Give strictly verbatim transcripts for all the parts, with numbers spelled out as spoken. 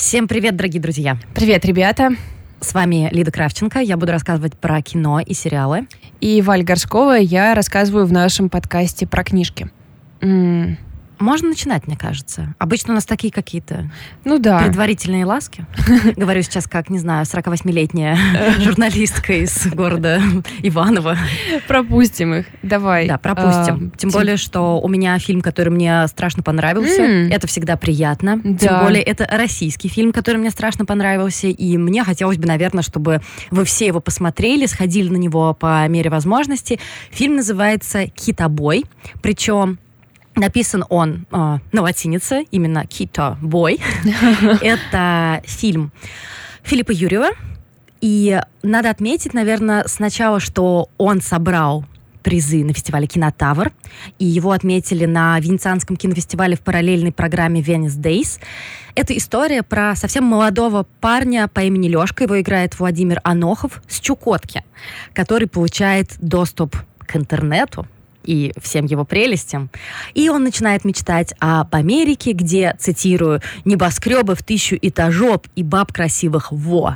Всем привет, дорогие друзья! Привет, ребята! С вами Лида Кравченко. Я буду рассказывать про кино и сериалы. И Валя Горшкова. Я рассказываю в нашем подкасте про книжки. М- Можно начинать, мне кажется. Обычно у нас такие какие-то ну да. предварительные ласки. Говорю сейчас как, не знаю, сорокавосьмилетняя журналистка из города Иваново. Пропустим их. Давай. Да, пропустим. Тем более, что у меня фильм, который мне страшно понравился. Это всегда приятно. Тем более, это российский фильм, который мне страшно понравился. И мне хотелось бы, наверное, чтобы вы все его посмотрели, сходили на него по мере возможности. Фильм называется «Китобой». Причем написан он э, на латинице, именно «Китобой». Это фильм Филиппа Юрьева. И надо отметить, наверное, сначала, что он собрал призы на фестивале «Кинотавр», и его отметили на Венецианском кинофестивале в параллельной программе «Venice Days». Это история про совсем молодого парня по имени Лешка, его играет Владимир Анохов, с Чукотки, который получает доступ к интернету и всем его прелестям. И он начинает мечтать об Америке, где, цитирую, «небоскребы в тысячу этажов и баб красивых во».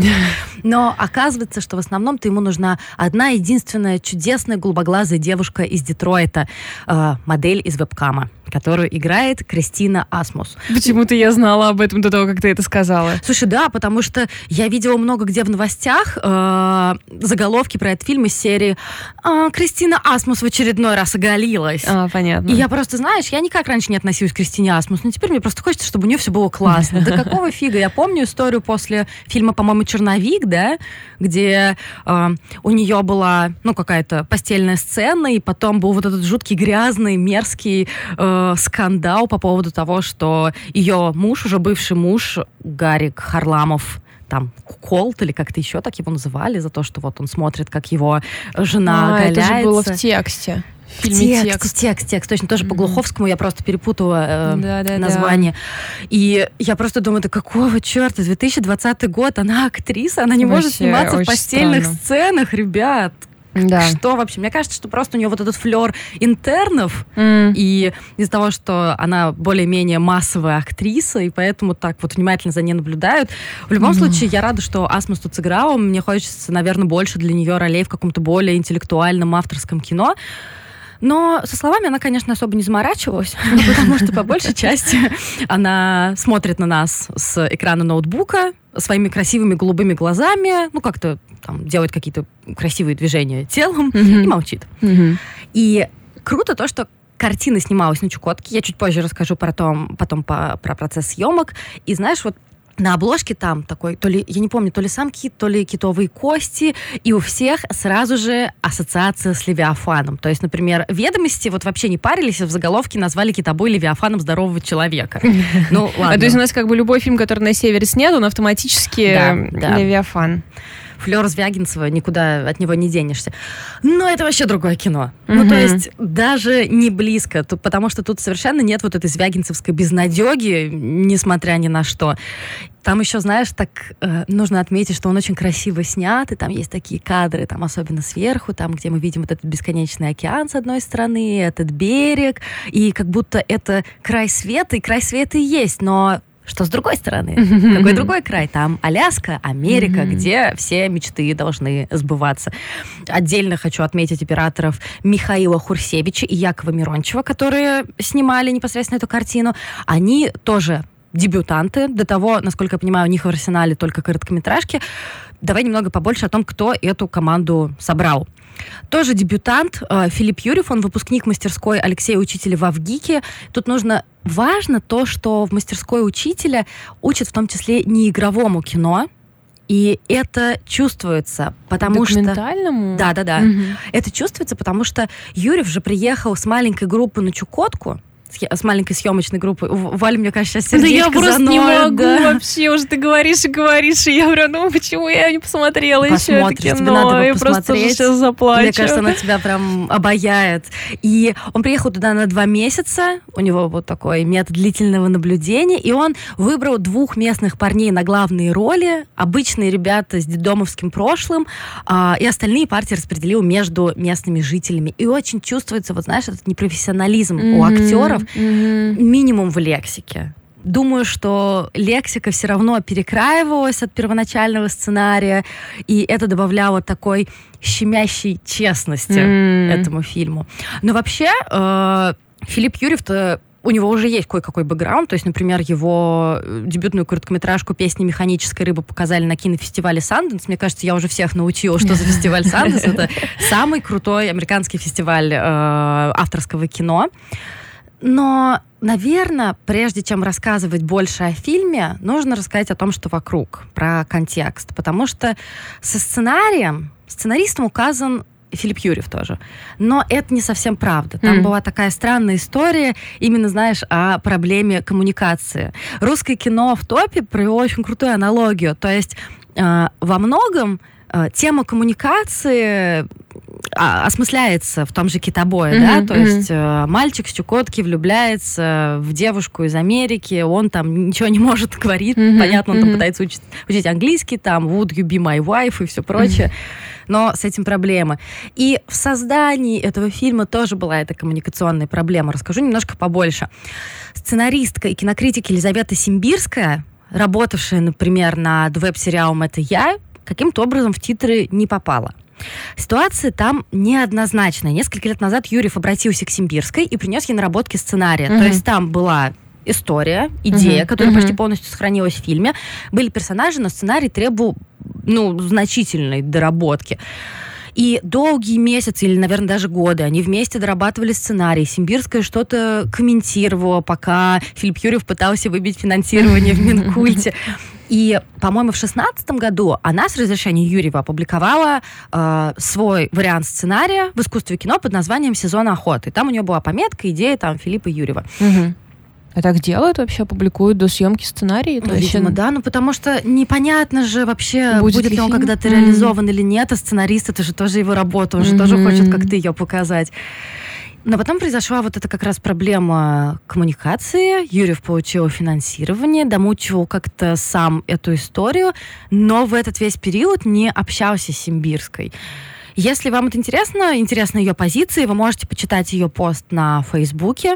Но оказывается, что в основном-то ему нужна одна единственная чудесная голубоглазая девушка из Детройта, э, модель из вебкама, которую играет Кристина Асмус. Почему-то я знала об этом до того, как ты это сказала. Слушай, да, потому что я видела много где в новостях э, заголовки про этот фильм из серии э, «Кристина Асмус в очередной раз оголилась». А, понятно. И я просто, знаешь, я никак раньше не относилась к Кристине Асмус, но теперь мне просто хочется, чтобы у нее все было классно. Да какого фига? Я помню историю после фильма, по-моему, «Черновик», да, где э, у нее была, ну, какая-то постельная сцена, и потом был вот этот жуткий, грязный, мерзкий э, скандал по поводу того, что ее муж, уже бывший муж, Гарик Харламов, там, Колт, или как-то еще так его называли, за то, что вот он смотрит, как его жена а, оголяется. Это же было в тексте. В фильме текст, текст. текст, текст, точно, тоже mm-hmm. по Глуховскому я просто перепутала э, да, да, название. Да. И я просто думаю, да какого черта, две тысячи двадцатый год, она актриса, она не Вообще может сниматься в постельных странно. сценах, ребят. Да. Что вообще? Мне кажется, что просто у нее вот этот флер интернов, mm. и из-за того, что она более-менее массовая актриса, и поэтому так вот внимательно за ней наблюдают. В любом mm. случае, я рада, что Асмус тут сыграла. Мне хочется, наверное, больше для нее ролей в каком-то более интеллектуальном авторском кино. Но со словами она, конечно, особо не заморачивалась, потому что по большей части она смотрит на нас с экрана ноутбука своими красивыми голубыми глазами, ну, как-то там делает какие-то красивые движения телом mm-hmm. и молчит. Mm-hmm. И круто то, что картина снималась на Чукотке. Я чуть позже расскажу про том, потом по, про процесс съемок. И знаешь, вот на обложке там такой, то ли, я не помню, то ли сам кит, то ли китовые кости, и у всех сразу же ассоциация с Левиафаном. То есть, например, «Ведомости» вот вообще не парились, а в заголовке назвали китобой Левиафаном здорового человека. Ну, ладно. А то есть у нас как бы любой фильм, который на севере снят, он автоматически Левиафан. Флёр Звягинцева, никуда от него не денешься. Но это вообще другое кино. Mm-hmm. Ну, то есть даже не близко, тут, потому что тут совершенно нет вот этой звягинцевской безнадёги, несмотря ни на что. Там еще, знаешь, так э, нужно отметить, что он очень красиво снят, и там есть такие кадры, там особенно сверху, там, где мы видим вот этот бесконечный океан с одной стороны, этот берег, и как будто это край света, и край света и есть, но что с другой стороны? Mm-hmm. Какой другой край? Там Аляска, Америка, mm-hmm. где все мечты должны сбываться. Отдельно хочу отметить операторов Михаила Хурсевича и Якова Мирончева, которые снимали непосредственно эту картину. Они тоже дебютанты. До того, насколько я понимаю, у них в арсенале только короткометражки. Давай немного побольше о том, кто эту команду собрал. Тоже дебютант э, Филипп Юрьев, он выпускник мастерской Алексея Учителева в ГИКе. Тут нужно важно то, что в мастерской учителя учат в том числе не игровому кино, и это чувствуется, потому что... Документальному? Да-да-да. Угу. Это чувствуется, потому что Юрьев же приехал с маленькой группы на Чукотку, с маленькой съемочной группой. Валя, мне кажется, сейчас сердечко заноет. Да я просто заноет, не могу да. вообще. Уже ты говоришь и говоришь, и я говорю, ну почему я не посмотрела Посмотришь, еще это кино? Тебе надо его я посмотреть. просто сейчас заплачу. Мне кажется, она тебя прям обаяет. И он приехал туда на два месяца. У него вот такой метод длительного наблюдения. И он выбрал двух местных парней на главные роли. Обычные ребята с детдомовским прошлым. А, и остальные партии распределил между местными жителями. И очень чувствуется, вот знаешь, этот непрофессионализм mm-hmm. у актеров. Mm-hmm. Минимум в лексике. думаю, что лексика все равно перекраивалась от первоначального сценария, и это добавляло такой щемящей честности mm. этому фильму. Но вообще э, Филипп Юрьев-то, у него уже есть кое-какой бэкграунд, то есть, например, его дебютную короткометражку «Песни механической рыбы» показали на кинофестивале Санденс. Мне кажется, я уже всех научила, что за фестиваль Санденс. Это самый крутой американский фестиваль э, авторского кино. Но, наверное, прежде чем рассказывать больше о фильме, нужно рассказать о том, что вокруг, про контекст. Потому что со сценарием, сценаристом указан Филипп Юрьев тоже. Но это не совсем правда. Там mm. была такая странная история, именно, знаешь, о проблеме коммуникации. Русское кино в топе провело очень крутую аналогию. То есть э, во многом э, тема коммуникации а, осмысляется в том же «Китобое», mm-hmm, да, то mm-hmm. есть э, мальчик с Чукотки влюбляется в девушку из Америки, он там ничего не может говорить, mm-hmm, понятно, он mm-hmm. там пытается учить, учить английский, там «Would you be my wife» и все прочее. Mm-hmm. Но с этим проблемы. И в создании этого фильма тоже была эта коммуникационная проблема. Расскажу немножко побольше. Сценаристка и кинокритик Елизавета Симбирская, работавшая, например, над веб-сериалом «Это я», каким-то образом в титры не попала. Ситуация там неоднозначная. Несколько лет назад Юрьев обратился к Симбирской и принес ей наработки сценария. Mm-hmm. То есть там была история, идея, uh-huh, которая uh-huh. почти полностью сохранилась в фильме. Были персонажи, но сценарий требовал, ну, значительной доработки. И долгие месяцы, или, наверное, даже годы, они вместе дорабатывали сценарий. Симбирская что-то комментировала, пока Филипп Юрьев пытался выбить финансирование в Минкульте. И, по-моему, в шестнадцатом году она с разрешения Юрьева опубликовала э, свой вариант сценария в «Искусстве кино» под названием «Сезон охоты». Там у нее была пометка, идея там Филиппа Юрьева. Uh-huh. А так делают вообще, публикуют до съемки сценарий? Ну, видимо, да, ну потому что непонятно же вообще, будет, будет ли он когда-то mm. реализован или нет, а сценарист, это же тоже его работа, он mm-hmm. же тоже хочет как-то ее показать. Но потом произошла вот эта как раз проблема коммуникации. Юрьев получил финансирование, домучивал как-то сам эту историю, но в этот весь период не общался с Симбирской. Если вам это интересно, интересны ее позиции, вы можете почитать ее пост на Фейсбуке.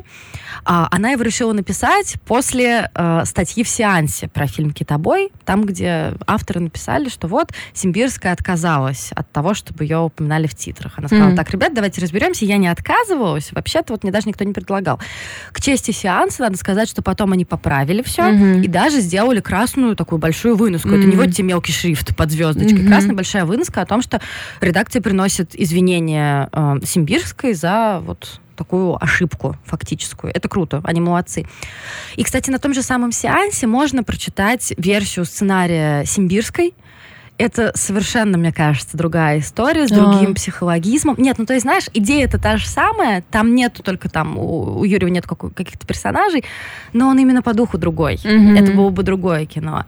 Она его решила написать после э, статьи в «Сеансе» про фильм «Китобой», там, где авторы написали, что вот Симбирская отказалась от того, чтобы ее упоминали в титрах. Она сказала, mm-hmm. так, ребят, давайте разберемся, я не отказывалась, вообще-то вот мне даже никто не предлагал. К чести «Сеанса» надо сказать, что потом они поправили все mm-hmm. и даже сделали красную такую большую выноску. Mm-hmm. Это не вот те мелкий шрифт под звездочкой, mm-hmm. красная большая выноска о том, что редакция приносит извинения э, Симбирской за вот такую ошибку фактическую. Это круто, они молодцы. И, кстати, на том же самом «Сеансе» можно прочитать версию сценария Симбирской. Это совершенно, мне кажется, другая история, с другим А-а-а. психологизмом. Нет, ну то есть, знаешь, идея-то та же самая, там нету только там, у, у Юрьева нет какой- каких-то персонажей, но он именно по духу другой. Mm-hmm. Это было бы другое кино.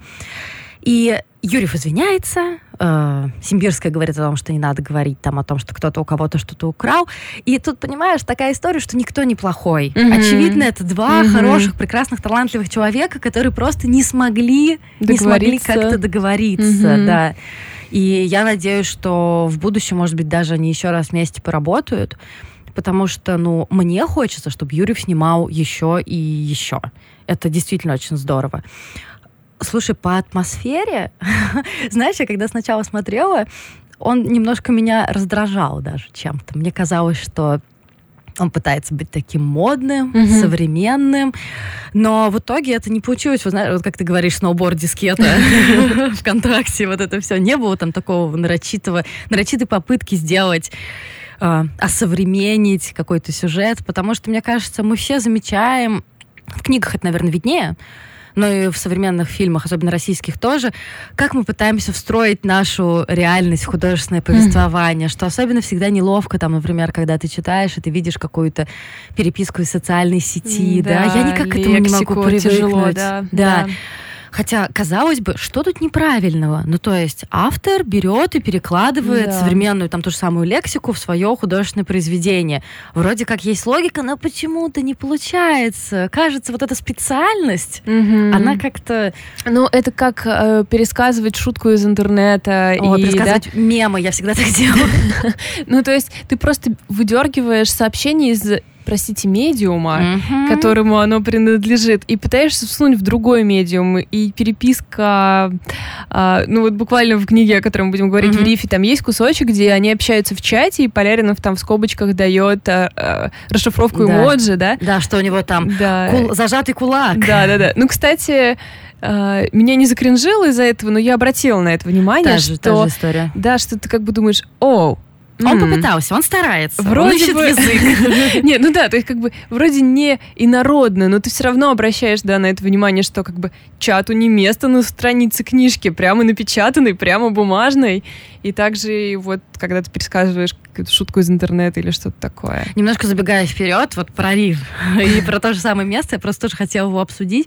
И Юрьев извиняется, э, Симбирская говорит о том, что не надо говорить там о том, что кто-то у кого-то что-то украл. И тут, понимаешь, такая история, что никто не плохой. Mm-hmm. Очевидно, это два mm-hmm. хороших, прекрасных, талантливых человека, которые просто не смогли, не смогли как-то договориться. Mm-hmm. Да. И я надеюсь, что в будущем, может быть, даже они еще раз вместе поработают, потому что, ну, мне хочется, чтобы Юрьев снимал еще и еще. Это действительно очень здорово. Слушай, по атмосфере, знаешь, я когда сначала смотрела, он немножко меня раздражал даже чем-то. Мне казалось, что он пытается быть таким модным, mm-hmm. современным, но в итоге это не получилось. Вот, знаешь, вот как ты говоришь, сноуборд-дискета ВКонтакте, вот это все. Не было там такого нарочитого, нарочитой попытки сделать, э, осовременить какой-то сюжет, потому что, мне кажется, мы все замечаем, в книгах это, наверное, виднее, но и в современных фильмах, особенно российских тоже, как мы пытаемся встроить нашу реальность в художественное повествование, mm. что особенно всегда неловко, там, например, когда ты читаешь, и ты видишь какую-то переписку из социальной сети, да, да? Я никак к этому не могу привыкнуть. Тяжело, да, да. Да. Хотя, казалось бы, что тут неправильного? Ну, то есть автор берет и перекладывает да. современную, там, ту же самую лексику в свое художественное произведение. Вроде как есть логика, но почему-то не получается. Кажется, вот эта специальность, mm-hmm. она как-то... Ну, это как э, пересказывать шутку из интернета. О, и пересказывать да? мемы, я всегда так делаю. Ну, то есть ты просто выдергиваешь сообщение из простите, медиума, Mm-hmm. которому оно принадлежит, и пытаешься всунуть в другой медиум, и переписка, а, ну вот буквально в книге, о которой мы будем говорить, Mm-hmm. в рифе, там есть кусочек, где они общаются в чате, и Поляринов там в скобочках дает а, а, расшифровку Да. эмоджи, да? Да, что у него там Да. кул- зажатый кулак. Да-да-да. Ну, кстати, а, меня не закринжило из-за этого, но я обратила на это внимание, Та же, та что... же история. Да, что ты как бы думаешь, о, Он м, попытался, он старается, он Вроде ищет бы- язык. Нет, ну да, то есть как бы вроде не инородно, но ты все равно обращаешь, да, на это внимание, что как бы чату не место на странице книжки, прямо напечатанной, прямо бумажной. И также и вот, когда ты пересказываешь какую-то шутку из интернета или что-то такое. Немножко забегая вперед, вот про риф и про то же самое место, я просто тоже хотела его обсудить.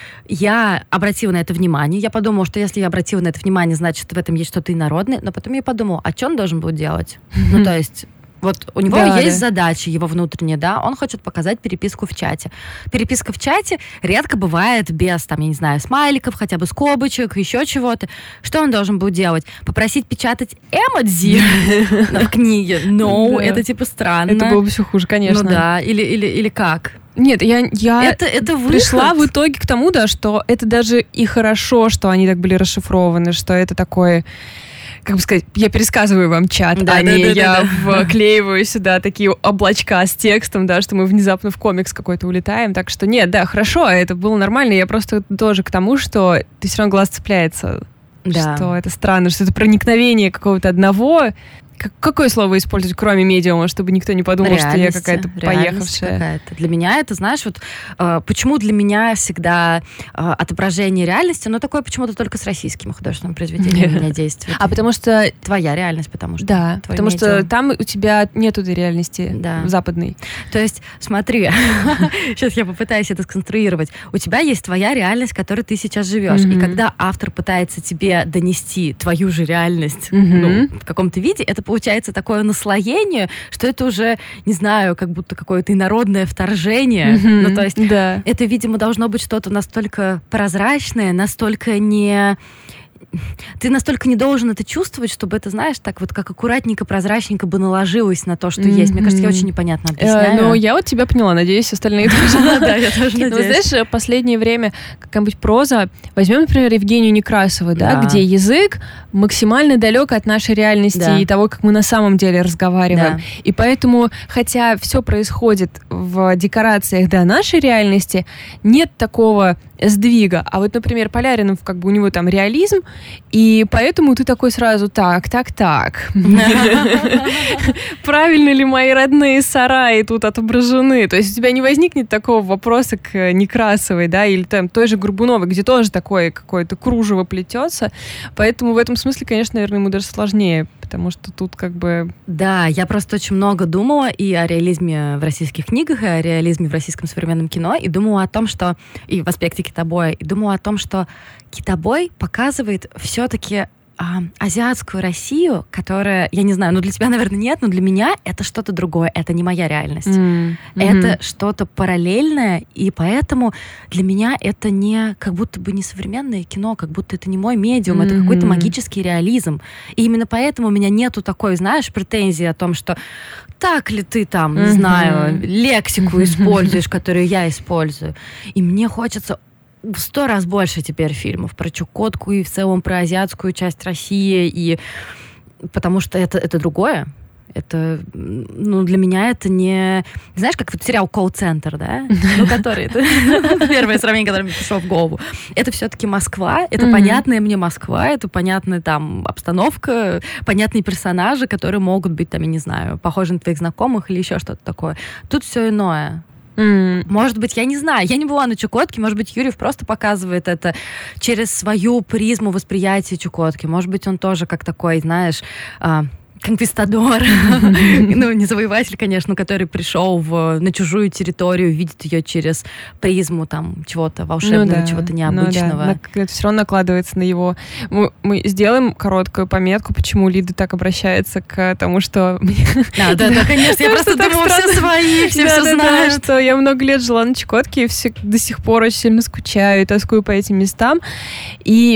Я обратила на это внимание. Я подумала, что если я обратила на это внимание, значит, в этом есть что-то инородное. Но потом я подумала, а что он должен был делать? Ну, то есть... Вот у него Да, есть да. задачи его внутренние, да, он хочет показать переписку в чате. Переписка в чате редко бывает без, там, я не знаю, смайликов, хотя бы скобочек, еще чего-то. Что он должен был делать? Попросить печатать эмодзи в книге? No, Да. это типа странно. Это было бы все хуже, конечно. Ну да, или, или, или как? Нет, я, я Это, это выход. пришла в итоге к тому, да, что это даже и хорошо, что они так были расшифрованы, что это такое... Как бы сказать, я пересказываю вам чат, Да, а да, не да, да, я да. вклеиваю сюда такие облачка с текстом, да, что мы внезапно в комикс какой-то улетаем. Так что нет, да, хорошо, это было нормально. Я просто тоже к тому, что ты все равно глаз цепляется. Да. Что это странно, что это проникновение какого-то одного. Как- какое слово использовать, кроме медиума, чтобы никто не подумал, что я Реальности, какая-то реальность поехавшая? какая-то. Для меня это, знаешь, вот э, почему для меня всегда э, отображение реальности, оно такое почему-то только с российскими художественными произведениями у меня действует. А потому что... Твоя реальность, потому что... Да, твой потому что медиум. там у тебя нету этой реальности Да. западной. То есть, смотри, сейчас я попытаюсь это сконструировать. У тебя есть твоя реальность, в которой ты сейчас живешь. Мгм. И когда автор пытается тебе донести твою же реальность Мгм. ну, в каком-то виде, это получается такое наслоение, что это уже, не знаю, как будто какое-то инородное вторжение. Мгм. Ну, то есть Да. это, видимо, должно быть что-то настолько прозрачное, настолько не... Ты настолько не должен это чувствовать, чтобы это, знаешь, так вот как аккуратненько, прозрачненько бы наложилось на то, что есть. Мне кажется, я очень непонятно Э, объясняю. Ну, я вот тебя поняла, надеюсь, остальные тоже. Да, я тоже Ну, надеюсь. знаешь, в последнее время какая-нибудь проза, возьмем, например, Евгению Некрасову, да, Да. где язык максимально далек от нашей реальности Да. и того, как мы на самом деле разговариваем. Да. И поэтому, хотя все происходит в декорациях, да, нашей реальности, нет такого сдвига. А вот, например, Поляринов, как бы у него там реализм, и поэтому ты такой сразу, так, так, так. Правильно ли мои родные сараи тут отображены? То есть у тебя не возникнет такого вопроса к Некрасовой, да, или там той же Горбуновой, где тоже такое какое-то кружево плетется. Поэтому в этом смысле, конечно, наверное, ему даже сложнее, потому что тут как бы... Да, я просто очень много думала и о реализме в российских книгах, и о реализме в российском современном кино, и думала о том, что... И в аспекте китобоя, и думала о том, что китобой показывает все-таки а, азиатскую Россию, которая, я не знаю, ну для тебя, наверное, нет, но для меня это что-то другое, это не моя реальность. М, Это мгм. что-то параллельное, и поэтому для меня это не как будто бы не современное кино, как будто это не мой медиум, это какой-то Мгм. магический реализм. И именно поэтому у меня нету такой, знаешь, претензии о том, что так ли ты там, не Мгм. знаю, лексику используешь, которую я использую. И мне хочется в сто раз больше теперь фильмов про Чукотку и в целом про азиатскую часть России, и потому что это, это другое. Это, ну, для меня это не... Знаешь, как вот сериал «Колл-центр», да? Ну, который... Первое сравнение, которое мне пришло в голову. Это все-таки Москва, это Мгм. понятная мне Москва, это понятная там обстановка, понятные персонажи, которые могут быть, там, я не знаю, похожи на твоих знакомых или еще что-то такое. Тут все иное. М, Может быть, я не знаю, я не была на Чукотке, может быть, Юрьев просто показывает это через свою призму восприятия Чукотки. Может быть, он тоже как такой, знаешь, а, конквистадор, ну, не завоеватель, конечно, который пришел в, на чужую территорию, видит ее через призму там чего-то волшебного, ну да, чего-то ну необычного. да, на- это все равно накладывается на его... Мы, мы сделаем короткую пометку, почему Лида так обращается к тому, что... Да, да, да, конечно, я Потому просто что так думала, все странно. свои, все все Да-да-да, знают. что я много лет жила на Чукотке и все, до сих пор очень сильно скучаю и тоскую по этим местам. И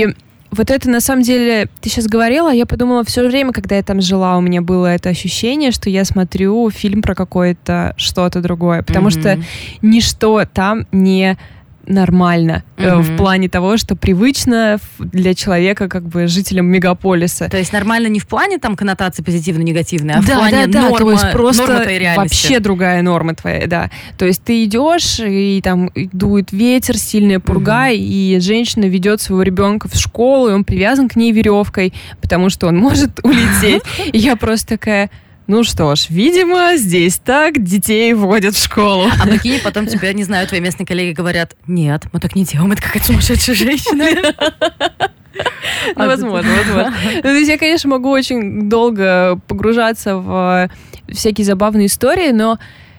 вот это, на самом деле, ты сейчас говорила, я подумала, все время, когда я там жила, у меня было это ощущение, что я смотрю фильм про какое-то что-то другое, потому mm-hmm. что ничто там не нормально mm-hmm. в плане того, что привычно для человека, как бы жителям мегаполиса. То есть нормально не в плане там коннотации позитивно-негативной, а да, в плане да, да, норма, то есть просто норма твоей реальности. Вообще другая норма твоя, да. То есть ты идешь, и там дует ветер, сильная пурга, mm-hmm. и женщина ведет своего ребенка в школу, и он привязан к ней веревкой, потому что он может улететь. И я просто такая... Ну что ж, видимо, здесь так детей водят в школу. А прикинь, потом тебе, не знаю, твои местные коллеги говорят, нет, мы так не делаем, это какая-то сумасшедшая женщина. Ну, возможно, возможно. Ну, то есть я, конечно, могу очень долго погружаться в всякие забавные истории, но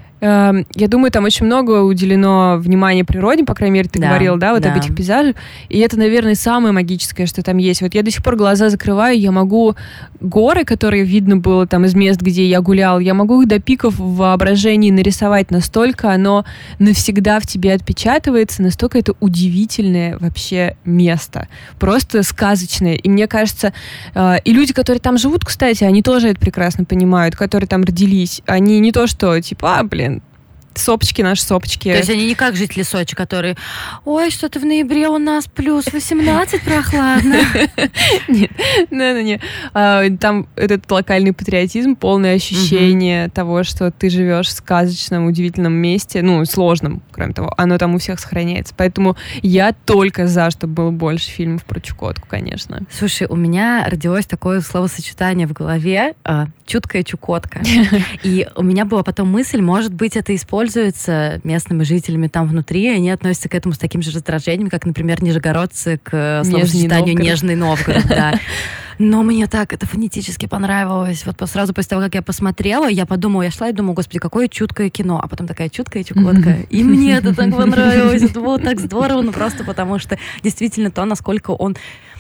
я думаю, там очень много уделено внимания природе, по крайней мере, ты да, говорил, да, вот да. об этих пейзажах. И это, наверное, самое магическое, что там есть. Вот я до сих пор глаза закрываю, я могу горы, которые видно было там из мест, где я гулял, я могу их до пиков в воображении нарисовать, настолько оно навсегда в тебе отпечатывается, настолько это удивительное вообще место. Просто сказочное. И мне кажется, и люди, которые там живут, кстати, они тоже это прекрасно понимают, которые там родились. Они не то, что типа, а, блин, сопочки наши, сопочки. То есть они не как жители Сочи, которые, ой, что-то в ноябре у нас плюс восемнадцать, прохладно. Нет, нет, нет. Там этот локальный патриотизм, полное ощущение того, что ты живешь в сказочном, удивительном месте, ну, сложном, кроме того, оно там у всех сохраняется. Поэтому я только за, чтобы было больше фильмов про Чукотку, конечно. Слушай, у меня родилось такое словосочетание в голове, чуткая Чукотка. И у меня была потом мысль, может быть, это используется пользуются местными жителями там внутри, и они относятся к этому с таким же раздражением, как, например, нижегородцы к словосочетанию «Нежный Новгород». Да. Но мне так это фонетически понравилось. Вот сразу после того, как я посмотрела, я подумала, я шла и думала, господи, какое чуткое кино. А потом такая чуткая Чукотка. И мне это так понравилось. Это было так здорово, ну просто потому что действительно то, насколько он...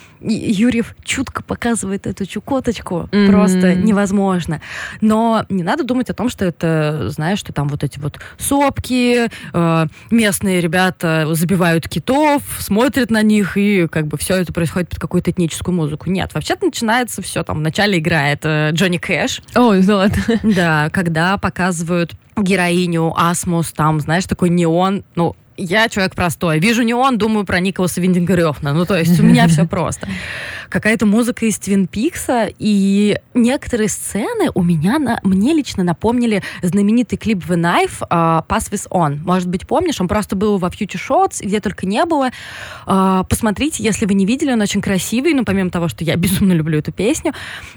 Юрьев чутко показывает эту Чукоточку, mm-hmm. просто невозможно. Но не надо думать о том, что это, знаешь, что там вот эти вот сопки, э, местные ребята забивают китов, смотрят на них, и как бы все это происходит под какую-то этническую музыку. Нет, вообще-то начинается все, там, вначале играет э, Джонни Кэш. Ой, да ладно. Да, когда показывают героиню Асмус, там, знаешь, такой неон, ну, я человек простой. Вижу неон, думаю про Николаса Виндинга Рёфна. Ну, то есть у меня все просто. Какая-то музыка из Твин Пикса, и некоторые сцены у меня, на, мне лично напомнили знаменитый клип The Knife uh, Pass This On. Может быть, помнишь? Он просто был во Future Shots, где только не было. Uh, посмотрите, если вы не видели, он очень красивый, ну, помимо того, что я безумно люблю эту песню.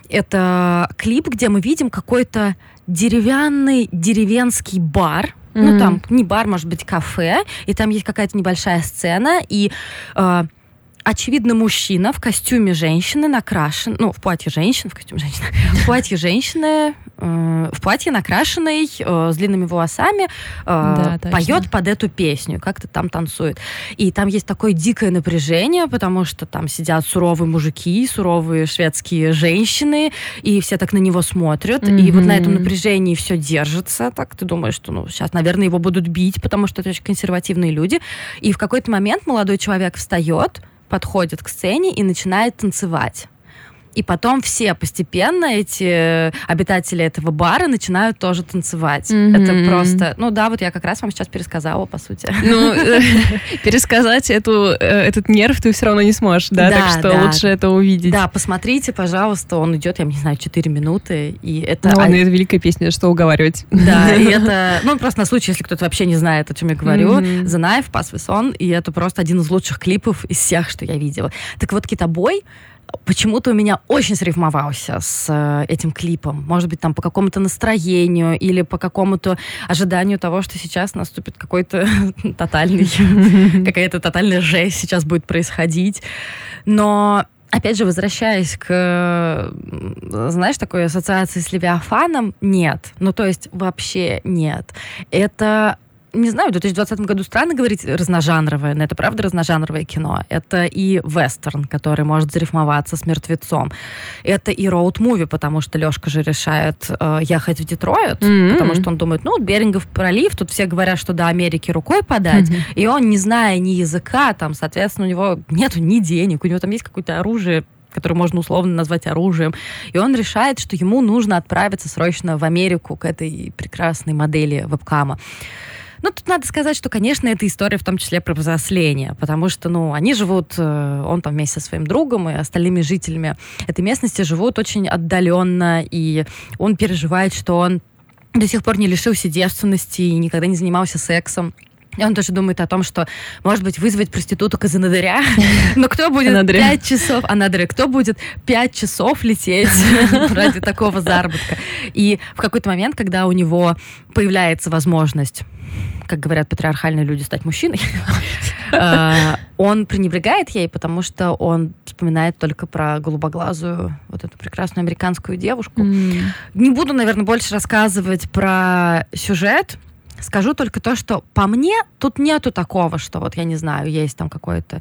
Это клип, где мы видим какой-то деревянный деревенский бар. Mm-hmm. Ну, там не бар, может быть, кафе, и там есть какая-то небольшая сцена, и, э, очевидно, мужчина в костюме женщины накрашен, ну, в платье женщины, в костюме женщины, в платье женщины, э, в платье накрашенной, э, с длинными волосами, э, да, поет под эту песню, как-то там танцует. И там есть такое дикое напряжение, потому что там сидят суровые мужики, суровые шведские женщины, и все так на него смотрят, mm-hmm. и вот на этом напряжении все держится, так ты думаешь, что, ну, сейчас, наверное, его будут бить, потому что это очень консервативные люди, и в какой-то момент молодой человек встает, подходит к сцене и начинает танцевать. И потом все постепенно, эти обитатели этого бара, начинают тоже танцевать. Mm-hmm. Это просто... Ну да, вот я как раз вам сейчас пересказала, по сути. Ну, пересказать эту, этот нерв ты все равно не сможешь, да? Так что лучше это увидеть. Да, посмотрите, пожалуйста, он идет, я не знаю, четыре минуты, и это... Ну ладно, это великая песня, что уговаривать. Да, и это... Ну, просто на случай, если кто-то вообще не знает, о чем я говорю. The Knife, Pass This On, и это просто один из лучших клипов из всех, что я видела. Так вот, «Китобой» почему-то у меня очень срифмовался с э, этим клипом. Может быть, там по какому-то настроению или по какому-то ожиданию того, что сейчас наступит какой-то тотальный, какая-то тотальная жесть сейчас будет происходить. Но, опять же, возвращаясь к, знаешь, такой ассоциации с Левиафаном, нет. Ну, то есть вообще нет. Это... не знаю, в две тысячи двадцатом году странно говорить разножанровое, но это правда разножанровое кино. Это и вестерн, который может зарифмоваться с мертвецом. Это и роуд-муви, потому что Лёшка же решает э, ехать в Детройт, mm-hmm. потому что он думает, ну, Берингов пролив, тут все говорят, что до Америки рукой подать, mm-hmm. и он, не зная ни языка, там, соответственно, у него нету ни денег, у него там есть какое-то оружие, которое можно условно назвать оружием. И он решает, что ему нужно отправиться срочно в Америку к этой прекрасной модели вебкама. Ну, тут надо сказать, что, конечно, эта история в том числе про взросление, потому что, ну, они живут, он там вместе со своим другом и остальными жителями этой местности живут очень отдаленно, и он переживает, что он до сих пор не лишился девственности и никогда не занимался сексом. И он тоже думает о том, что, может быть, вызвать проституток из Анадыря, но кто будет пять часов, Анадыря, кто будет пять часов лететь ради такого заработка? И в какой-то момент, когда у него появляется возможность, как говорят патриархальные люди, стать мужчиной, он пренебрегает ей, потому что он вспоминает только про голубоглазую, вот эту прекрасную американскую девушку. Не буду, наверное, больше рассказывать про сюжет. Скажу только то, что по мне тут нету такого, что вот, я не знаю, есть там какое-то...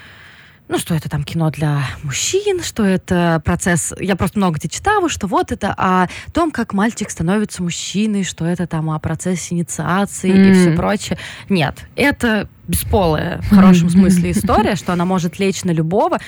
Ну, что это там кино для мужчин, что это процесс... Я просто много где читала, что вот это о том, как мальчик становится мужчиной, что это там о процессе инициации mm-hmm. и все прочее. Нет, это бесполая, в хорошем смысле, история, что она может лечь на любого.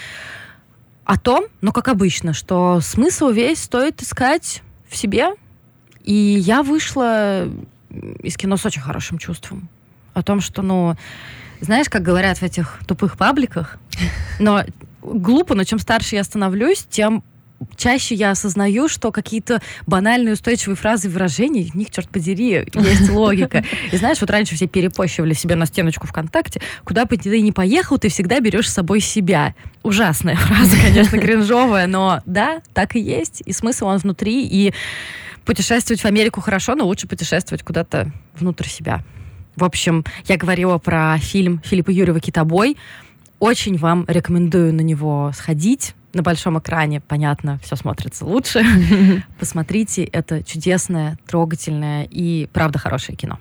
О том, ну, как обычно, что смысл весь стоит искать в себе. И я вышла... из кино с очень хорошим чувством. О том, что, ну, знаешь, как говорят в этих тупых пабликах, но глупо, но чем старше я становлюсь, тем чаще я осознаю, что какие-то банальные устойчивые фразы и выражения, в них, черт подери, есть логика. И знаешь, вот раньше все перепощивали себе на стеночку ВКонтакте, куда бы ты ни поехал, ты всегда берешь с собой себя. Ужасная фраза, конечно, кринжовая, но да, так и есть. И смысл он внутри, и путешествовать в Америку хорошо, но лучше путешествовать куда-то внутрь себя. В общем, я говорила про фильм Филиппа Юрьева «Китобой». Очень вам рекомендую на него сходить. На большом экране, понятно, все смотрится лучше. Посмотрите, это чудесное, трогательное и, правда, хорошее кино.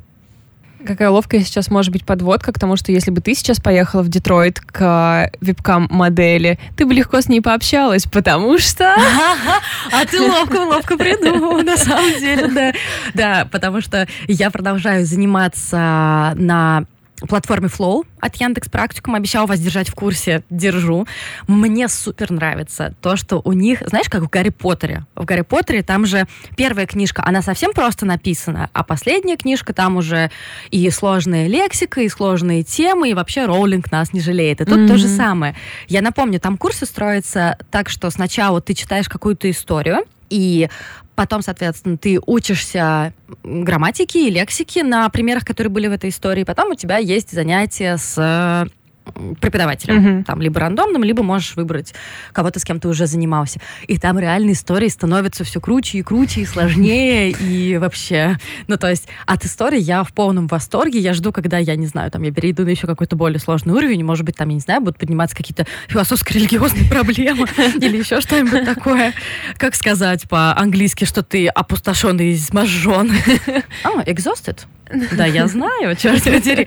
Какая ловкая сейчас может быть подводка к тому, что если бы ты сейчас поехала в Детройт к вебкам-модели, ты бы легко с ней пообщалась, потому что... А ты ловко-ловко придумала, на самом деле, да. Да, потому что я продолжаю заниматься на платформе Flow от Яндекс.Практикум. Обещала вас держать в курсе, держу. Мне супер нравится то, что у них, знаешь, как в Гарри Поттере. В Гарри Поттере там же первая книжка, она совсем просто написана, а последняя книжка, там уже и сложная лексика, и сложные темы, и вообще Роулинг нас не жалеет. И тут mm-hmm. то же самое. Я напомню, там курсы строятся так, что сначала ты читаешь какую-то историю, и потом, соответственно, ты учишься грамматике и лексике на примерах, которые были в этой истории. Потом у тебя есть занятия с преподавателем. Mm-hmm. Там либо рандомным, либо можешь выбрать кого-то, с кем ты уже занимался. И там реально истории становятся все круче и круче, и сложнее, и вообще... Ну, то есть от истории я в полном восторге. Я жду, когда, я не знаю, там я перейду на еще какой-то более сложный уровень, может быть, там, я не знаю, будут подниматься какие-то философско-религиозные проблемы или еще что-нибудь такое. Как сказать по-английски, что ты опустошен и изможжен? А, exhausted. Да, я знаю, черт подери.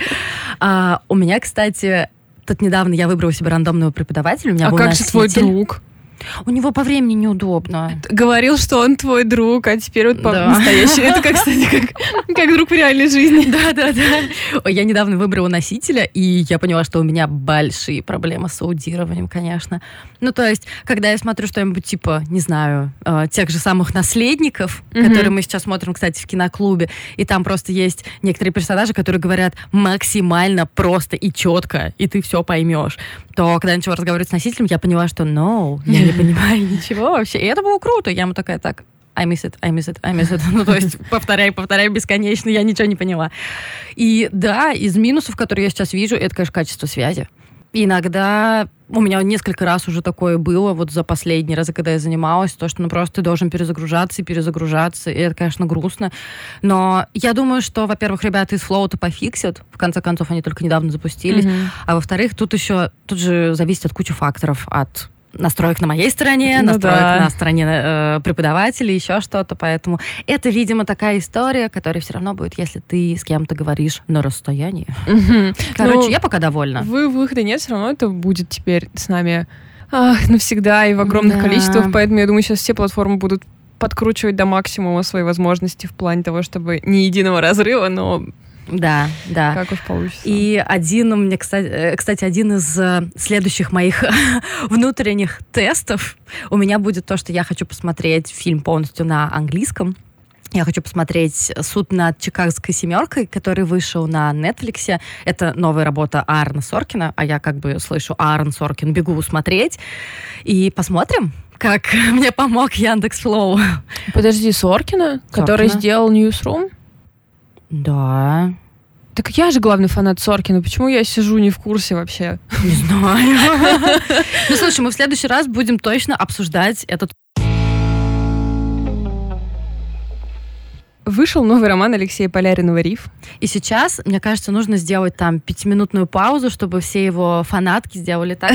А, у меня, кстати, тут недавно я выбрала себе рандомного преподавателя. У меня а был как носитель. же твой друг? У него по времени неудобно. Говорил, что он твой друг, а теперь вот да. настоящий. Это, как, кстати, как, как друг в реальной жизни. Да-да-да. Я недавно выбрала носителя, и я поняла, что у меня большие проблемы с аудированием, конечно. Ну, то есть, когда я смотрю что-нибудь типа, не знаю, тех же самых «Наследников», mm-hmm. которые мы сейчас смотрим, кстати, в киноклубе, и там просто есть некоторые персонажи, которые говорят максимально просто и четко, и ты все поймешь, то, когда я начала разговаривать с носителем, я поняла, что no, я не понимаю ничего вообще. И это было круто. Я ему такая, так, I miss it, I miss it, I miss it. Ну, то есть, повторяй, повторяй бесконечно, я ничего не поняла. И да, из минусов, которые я сейчас вижу, это, конечно, качество связи. И иногда у меня несколько раз уже такое было, вот за последние разы, когда я занималась, то, что ну, просто ты должен перезагружаться и перезагружаться, и это, конечно, грустно. Но я думаю, что, во-первых, ребята из Flow-то пофиксят, в конце концов, они только недавно запустились, mm-hmm. а во-вторых, тут еще, тут же зависит от кучи факторов, от настроек на моей стороне, ну настроек да. на стороне э, преподавателей, еще что-то. Поэтому это, видимо, такая история, которая все равно будет, если ты с кем-то говоришь на расстоянии. Угу. Короче, ну, я пока довольна. Вы выхода нет, все равно это будет теперь с нами ах, навсегда и в огромных да. количествах. Поэтому я думаю, сейчас все платформы будут подкручивать до максимума свои возможности в плане того, чтобы ни единого разрыва, но да, да. как уж получится. И один у меня, кстати, кстати, один из следующих моих внутренних тестов у меня будет то, что я хочу посмотреть фильм полностью на английском. Я хочу посмотреть «Суд над Чикагской семеркой», который вышел на Netflix. Это новая работа Аарона Соркина, а я как бы слышу Аарон Соркин, бегу смотреть. И посмотрим, как мне помог Яндекс.Флоу. Подожди, Соркина, Соркина, который сделал Newsroom? Да. Так я же главный фанат Соркина. Почему я сижу не в курсе вообще? Не знаю. Ну, слушай, мы в следующий раз будем точно обсуждать этот... Вышел новый роман Алексея Поляринова «Риф». И сейчас, мне кажется, нужно сделать там пятиминутную паузу, чтобы все его фанатки сделали так.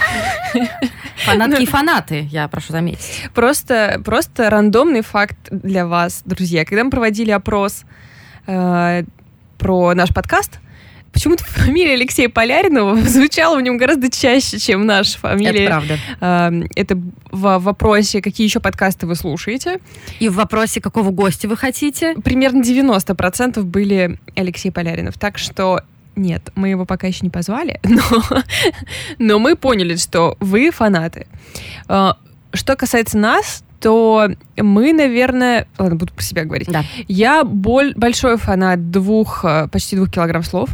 Фанатки и фанаты, я прошу заметить. Просто, просто рандомный факт для вас, друзья. Когда мы проводили опрос э, про наш подкаст, почему-то фамилия Алексея Поляринова звучала в нем гораздо чаще, чем наша фамилия. Это правда. Э, это в вопросе, какие еще подкасты вы слушаете. И в вопросе, какого гостя вы хотите. Примерно девяносто процентов были Алексей Поляринов. Так что нет, мы его пока еще не позвали, но, но мы поняли, что вы фанаты. Э, что касается нас, то мы, наверное... Ладно, буду про себя говорить. Да. Я боль, большой фанат двух, почти двух килограмм слов.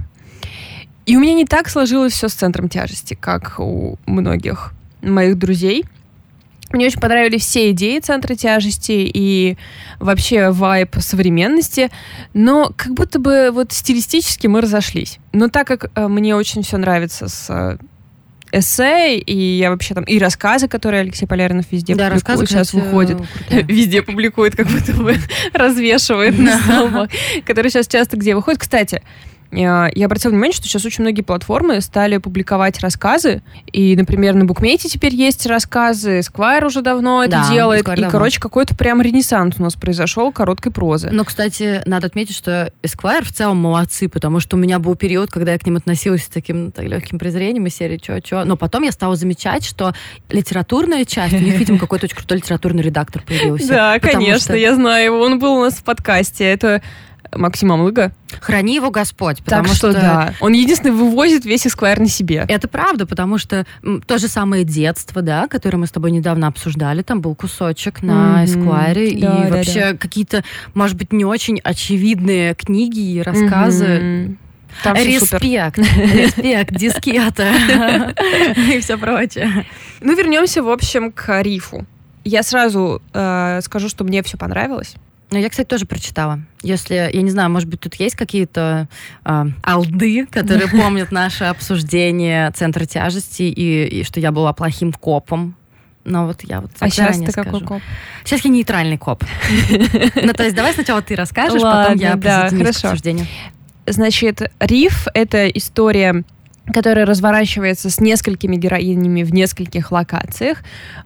И у меня не так сложилось все с центром тяжести, как у многих моих друзей. Мне очень понравились все идеи центра тяжести и вообще вайб современности, но как будто бы вот стилистически мы разошлись. Но так как э, мне очень все нравится с э, эссе, и я вообще там... И рассказы, которые Алексей Поляринов везде да, публикует, сейчас кстати, выходит. крутые. Везде публикует, как будто бы развешивает на столбах, которые сейчас часто где выходят. Кстати, я обратила внимание, что сейчас очень многие платформы стали публиковать рассказы. И, например, на Букмейте теперь есть рассказы, Esquire уже давно это да, делает. Esquire и, давно. короче, какой-то прям ренессанс у нас произошел короткой прозы. Но, кстати, надо отметить, что Esquire в целом молодцы, потому что у меня был период, когда я к ним относилась с таким так, легким презрением из серии «Чё-чё?». Но потом я стала замечать, что литературная часть, у них, видимо, какой-то очень крутой литературный редактор появился. Да, конечно, я знаю его. Он был у нас в подкасте. Это Максим Амлыга. Храни его Господь, потому так что, что да, он единственный вывозит весь Esquire на себе. Это правда, потому что м, то же самое детство, да, которое мы с тобой недавно обсуждали, там был кусочек на Esquire, mm-hmm. и да, вообще да, да. какие-то, может быть, не очень очевидные книги и рассказы. Mm-hmm. Там респект, респект, дискета и все прочее. Ну, вернемся, в общем, к Рифу. Я сразу э, скажу, что мне все понравилось. Ну, я, кстати, тоже прочитала. Если, я не знаю, может быть, тут есть какие-то э, алды, которые помнят наше обсуждение центра тяжести и, и что я была плохим копом. Но вот я вот а сейчас ты скажу. какой коп? Сейчас я нейтральный коп. Ну, то есть давай сначала ты расскажешь, потом я присоединюсь к обсуждению. Значит, Риф — это история, которая разворачивается с несколькими героинями в нескольких локациях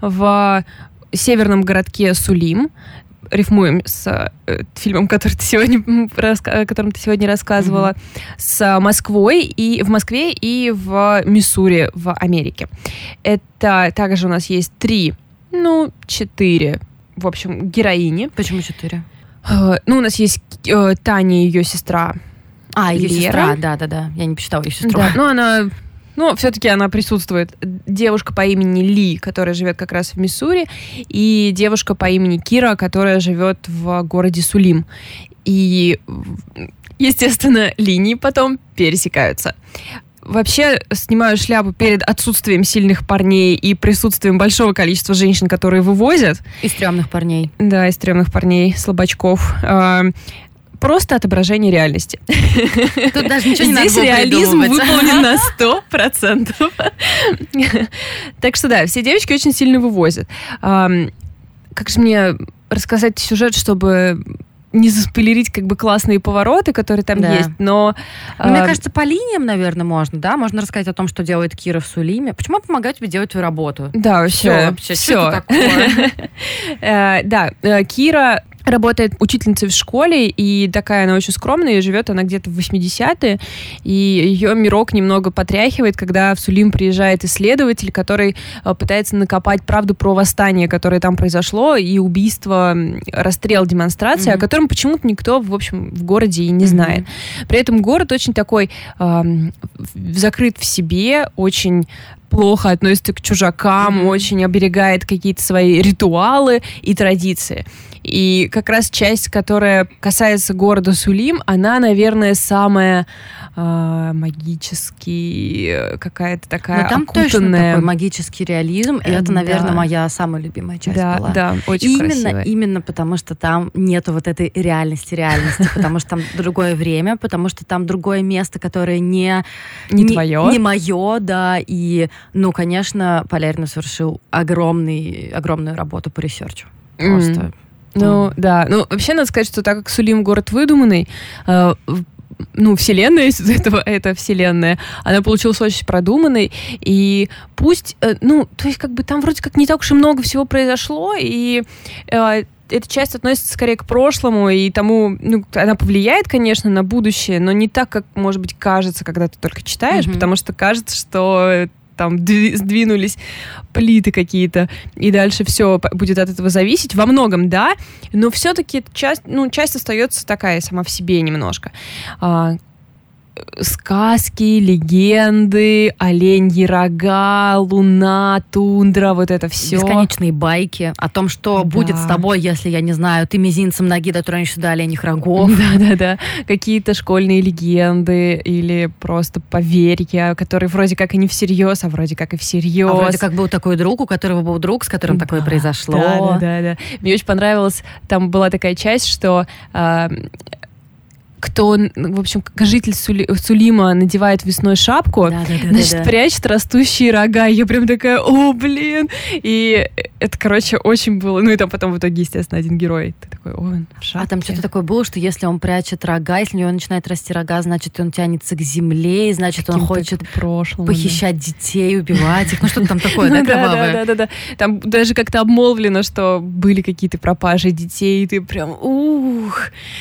в северном городке Сулим. Рифмуем с э, фильмом, который ты сегодня, о котором ты сегодня рассказывала, mm-hmm. с Москвой, и в Москве и в Миссури в Америке. Это также у нас есть три, ну, четыре, в общем, героини. Почему четыре? Э, ну, у нас есть э, Таня и ее сестра. А, ее Лера. сестра, да-да-да. Я не посчитала ее сестру. Да, ну, она... Ну, все-таки она присутствует. Девушка по имени Ли, которая живет как раз в Миссури, и девушка по имени Кира, которая живет в городе Сулим. И, естественно, линии потом пересекаются. Вообще, снимаю шляпу перед отсутствием сильных парней и присутствием большого количества женщин, которые вывозят. И стрёмных парней. Да, и стрёмных парней, слабачков. Просто отображение реальности. Тут даже ничего не Здесь надо реализм выполнен на сто процентов. Так что да, все девочки очень сильно вывозят. Как же мне рассказать сюжет, чтобы не заспойлерить как бы классные повороты, которые там да. есть, но... Ну, мне кажется, по линиям, наверное, можно, да? Можно рассказать о том, что делает Кира в Сулиме. Почему я помогаю тебе делать твою работу? Да, вообще. Все, все. Да, Кира работает учительницей в школе, и такая она очень скромная, и живет она где-то в восьмидесятые, и ее мирок немного потряхивает, когда в Сулим приезжает исследователь, который пытается накопать правду про восстание, которое там произошло, и убийство, расстрел, демонстрация, mm-hmm. о котором почему-то никто, в общем, в городе и не знает. Mm-hmm. При этом город очень такой э, закрыт в себе, очень плохо относится к чужакам, mm-hmm. очень оберегает какие-то свои ритуалы и традиции. И как раз часть, которая касается города Сулим, она, наверное, самая э, магически какая-то такая Но там окутанная. Точно такой магический реализм, и это, наверное, да. моя самая любимая часть да, была. Да, очень именно, красивая. Именно потому, что там нету вот этой реальности, реальности, потому что там другое время, потому что там другое место, которое не... Не твое. Не мое, да, и, ну, конечно, Полярин совершил огромный, огромную работу по ресерчу. Просто... Mm. Ну, mm. да. Ну, вообще, надо сказать, что так как Сулим город выдуманный, э, ну, вселенная из этого, эта вселенная, она получилась очень продуманной, и пусть, э, ну, то есть, как бы там вроде как не так уж и много всего произошло, и э, эта часть относится скорее к прошлому, и тому, ну, она повлияет, конечно, на будущее, но не так, как, может быть, кажется, когда ты только читаешь, mm-hmm. потому что кажется, что там сдвинулись плиты какие-то, и дальше все будет от этого зависеть. Во многом, да, но все-таки часть, ну, часть остается такая сама в себе немножко. Сказки, легенды, оленьи рога, луна, тундра, вот это все. Бесконечные байки о том, что да. будет с тобой, если, я не знаю, ты мизинцем ноги дотронешься до оленьих рогов. Да-да-да. Какие-то школьные легенды или просто поверья, которые вроде как и не всерьез, а вроде как и всерьез. А вроде как был такой друг, у которого был друг, с которым да, такое произошло. Да-да-да. Мне очень понравилось, там была такая часть, что... Э, кто, в общем, как житель Сули, Сулима надевает весной шапку, да, да, да, значит, да, да. прячет растущие рога. Я прям такая, о, блин! И это, короче, очень было... Ну и там потом в итоге, естественно, один герой. Ты такой, ой, в шапке. А там что-то такое было, что если он прячет рога, если у него начинает расти рога, значит, он тянется к земле, и значит, Каким-то он хочет прошлому, похищать да. детей, убивать их. Ну что-то там такое, да, кровавое? Да-да-да. Там даже как-то обмолвлено, что были какие-то пропажи детей, и ты прям, ух,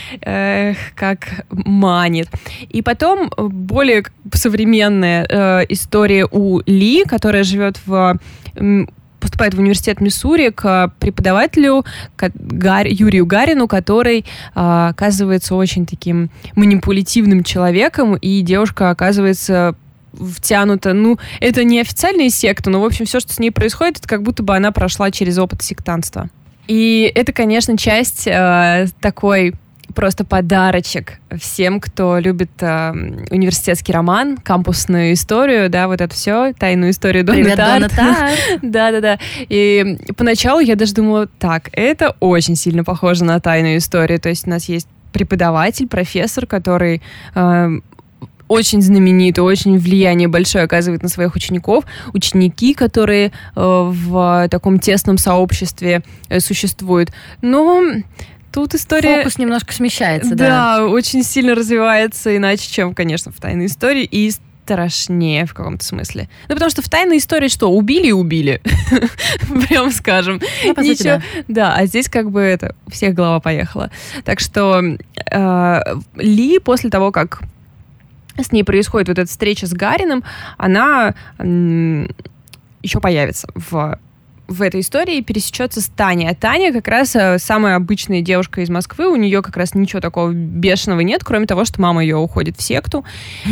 как манит. И потом более современная э, история у Ли, которая живет в... Э, поступает в университет Миссури к преподавателю к Гар, Юрию Гарину, который э, оказывается очень таким манипулятивным человеком, и девушка оказывается втянута, ну, это не официальная секта, но, в общем, все, что с ней происходит, это как будто бы она прошла через опыт сектантства. И это, конечно, часть э, такой... Просто подарочек всем, кто любит э, университетский роман, кампусную историю, да, вот это все, тайную историю Донны Привет, Тарт. Донна Тарт. Да-да-да. И поначалу я даже думала, так, это очень сильно похоже на тайную историю. То есть у нас есть преподаватель, профессор, который... Э, очень знаменитый, очень влияние большое оказывает на своих учеников. Ученики, которые э, в таком тесном сообществе э, существуют. Но... Тут история... Фокус немножко смещается, да. Да, очень сильно развивается, иначе, чем, конечно, в тайной истории, и страшнее в каком-то смысле. Ну, потому что в тайной истории что? Убили и убили. Прям скажем. Ну, по сути, да. Да, а здесь как бы это, у всех голова поехала. Так что э, Ли после того, как с ней происходит вот эта встреча с Гарином, она э, еще появится в в этой истории пересечется с Таней. А Таня как раз самая обычная девушка из Москвы. У нее как раз ничего такого бешеного нет, кроме того, что мама ее уходит в секту.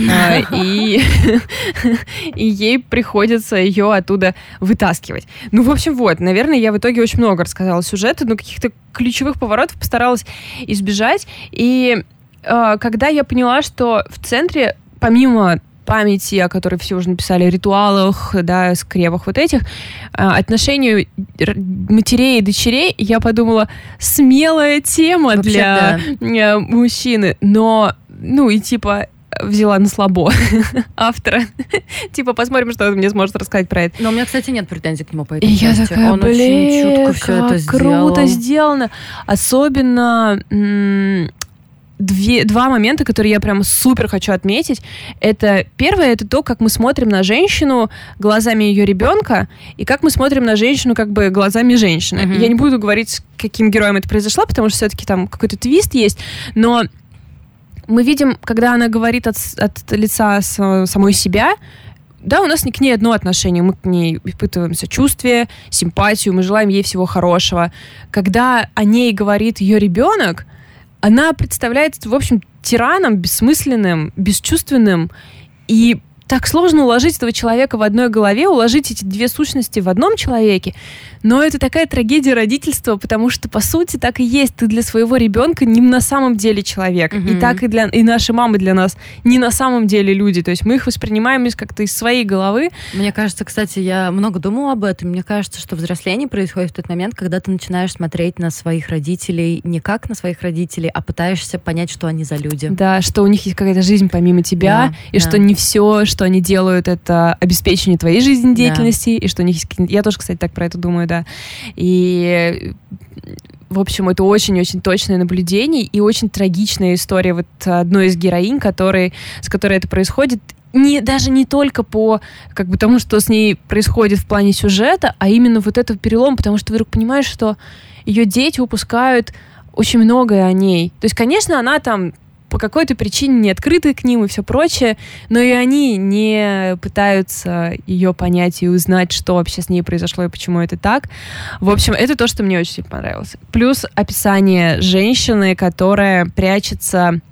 И ей приходится ее оттуда вытаскивать. Ну, в общем, вот. Наверное, я в итоге очень много рассказала сюжета, но каких-то ключевых поворотов постаралась избежать. И когда я поняла, что в центре, помимо памяти, о которой все уже написали, ритуалах, да, скрепах вот этих, отношению матерей и дочерей, я подумала, смелая тема вообще, для да. мужчины, но, ну, и типа, взяла на слабо автора. Типа, посмотрим, что он мне сможет рассказать про это. Но у меня, кстати, нет претензий к нему по этой части. Я такая, он блин, очень чутко все это сделал. Круто сделано. Особенно... М- Две, два момента, которые я прям супер хочу отметить. Это первое, это то, как мы смотрим на женщину глазами ее ребенка, и как мы смотрим на женщину как бы глазами женщины. Mm-hmm. Я не буду говорить, с каким героем это произошло, потому что все-таки там какой-то твист есть, но мы видим, когда она говорит от, от лица с, самой себя, да, у нас не к ней одно отношение, мы к ней испытываем сочувствие, симпатию, мы желаем ей всего хорошего. Когда о ней говорит ее ребенок, она представляется, в общем, тираном, бессмысленным, бесчувственным. И так сложно уложить этого человека в одной голове, уложить эти две сущности в одном человеке. Но это такая трагедия родительства, потому что, по сути, так и есть. Ты для своего ребенка не на самом деле человек. Mm-hmm. И так и, для, и наши мамы для нас не на самом деле люди. То есть мы их воспринимаем как-то из своей головы. Мне кажется, кстати, я много думала об этом. Мне кажется, что взросление происходит в тот момент, когда ты начинаешь смотреть на своих родителей не как на своих родителей, а пытаешься понять, что они за люди. Да, что у них есть какая-то жизнь помимо тебя, да, и да. что не все, что они делают, это обеспечение твоей жизнедеятельности, да. и что у них есть... Я тоже, кстати, так про это думаю, да. И, в общем, это очень-очень точное наблюдение и очень трагичная история вот одной из героинь, который, с которой это происходит, не, даже не только по как бы, тому, что с ней происходит в плане сюжета, а именно вот этот перелом, потому что ты вдруг понимаешь, что ее дети упускают очень многое о ней. То есть, конечно, она там по какой-то причине не открыты к ним и все прочее, но и они не пытаются ее понять и узнать, что вообще с ней произошло и почему это так. В общем, это то, что мне очень понравилось. Плюс описание женщины, которая прячется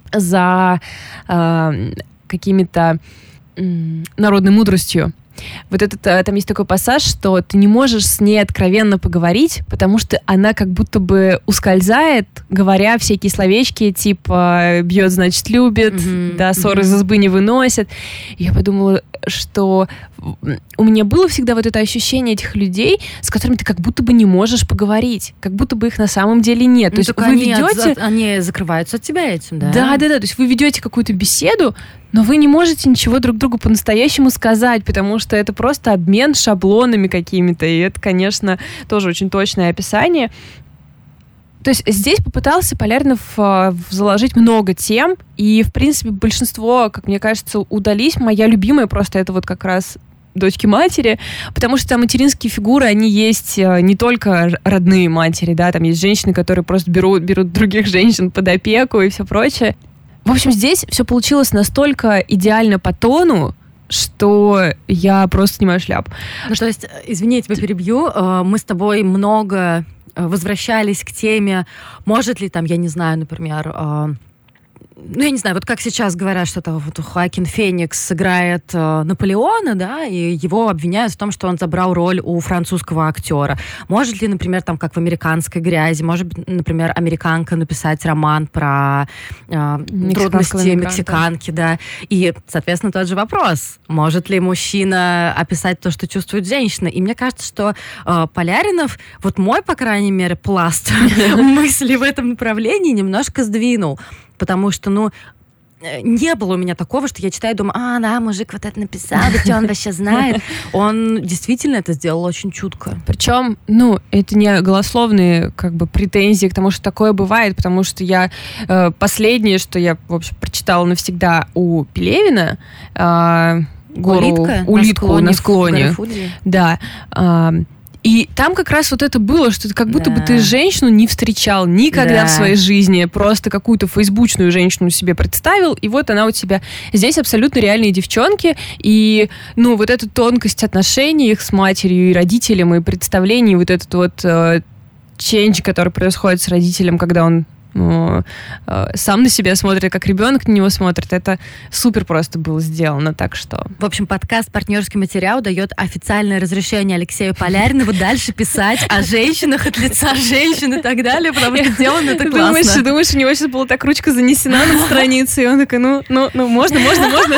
за э, какими-то э, народной мудростью. Вот этот, там есть такой пассаж, что ты не можешь с ней откровенно поговорить, потому что она как будто бы ускользает, говоря всякие словечки, типа «бьет, значит, любит», mm-hmm. да, «ссоры из избы не выносят». И я подумала, что у меня было всегда вот это ощущение этих людей, с которыми ты как будто бы не можешь поговорить, как будто бы их на самом деле нет. Ну, то есть вы они ведете... От, они закрываются от тебя этим, да? Да, да, да. То есть вы ведете какую-то беседу, но вы не можете ничего друг другу по-настоящему сказать, потому что это просто обмен шаблонами какими-то. И это, конечно, тоже очень точное описание. То есть здесь попытался Поляринов э, заложить много тем, и, в принципе, большинство, как мне кажется, удались. Моя любимая просто это вот как раз дочки матери, потому что там материнские фигуры, они есть не только родные матери, да, там есть женщины, которые просто берут, берут других женщин под опеку и все прочее. В общем, здесь все получилось настолько идеально по тону, что я просто снимаю шляпу. Ну, то есть, извини, я тебя перебью, мы с тобой много возвращались к теме, может ли там, я не знаю, например... Ну, я не знаю, вот как сейчас говорят, что там вот Хоакин Феникс сыграет э, Наполеона, да, и его обвиняют в том, что он забрал роль у французского актера. Может ли, например, там, как в «Американской грязи», может быть, например, американка написать роман про э, трудности мексиканки, да. И, соответственно, тот же вопрос. Может ли мужчина описать то, что чувствует женщина? И мне кажется, что э, Поляринов, вот мой, по крайней мере, пласт мысли в этом направлении немножко сдвинул. Потому что, ну, не было у меня такого, что я читаю и думаю, а, да, мужик вот это написал, да что он вообще знает. Он действительно это сделал очень чутко. Причем, ну, это не голословные, как бы, претензии к тому, что такое бывает, потому что я э, последнее, что я, в общем, прочитала навсегда у Пелевина, э, гору, улитка, улитку на склоне. На склоне. Да. Э, И там как раз вот это было, что как будто да. бы ты женщину не встречал никогда да. в своей жизни, просто какую-то фейсбучную женщину себе представил, и вот она у тебя. Здесь абсолютно реальные девчонки, и, ну, вот эта тонкость отношений их с матерью и родителем, и представлений, вот этот вот э, чендж, который происходит с родителем, когда он ну, э, сам на себя смотрит, как ребенок на него смотрит, это супер просто было сделано, так что... В общем, подкаст «Партнерский материал» дает официальное разрешение Алексею Поляринову дальше писать о женщинах от лица женщин и так далее, потому что сделано это классно. Думаешь, думаешь, у него сейчас была так ручка занесена на странице, и он такой, ну, ну, ну, можно, можно, можно.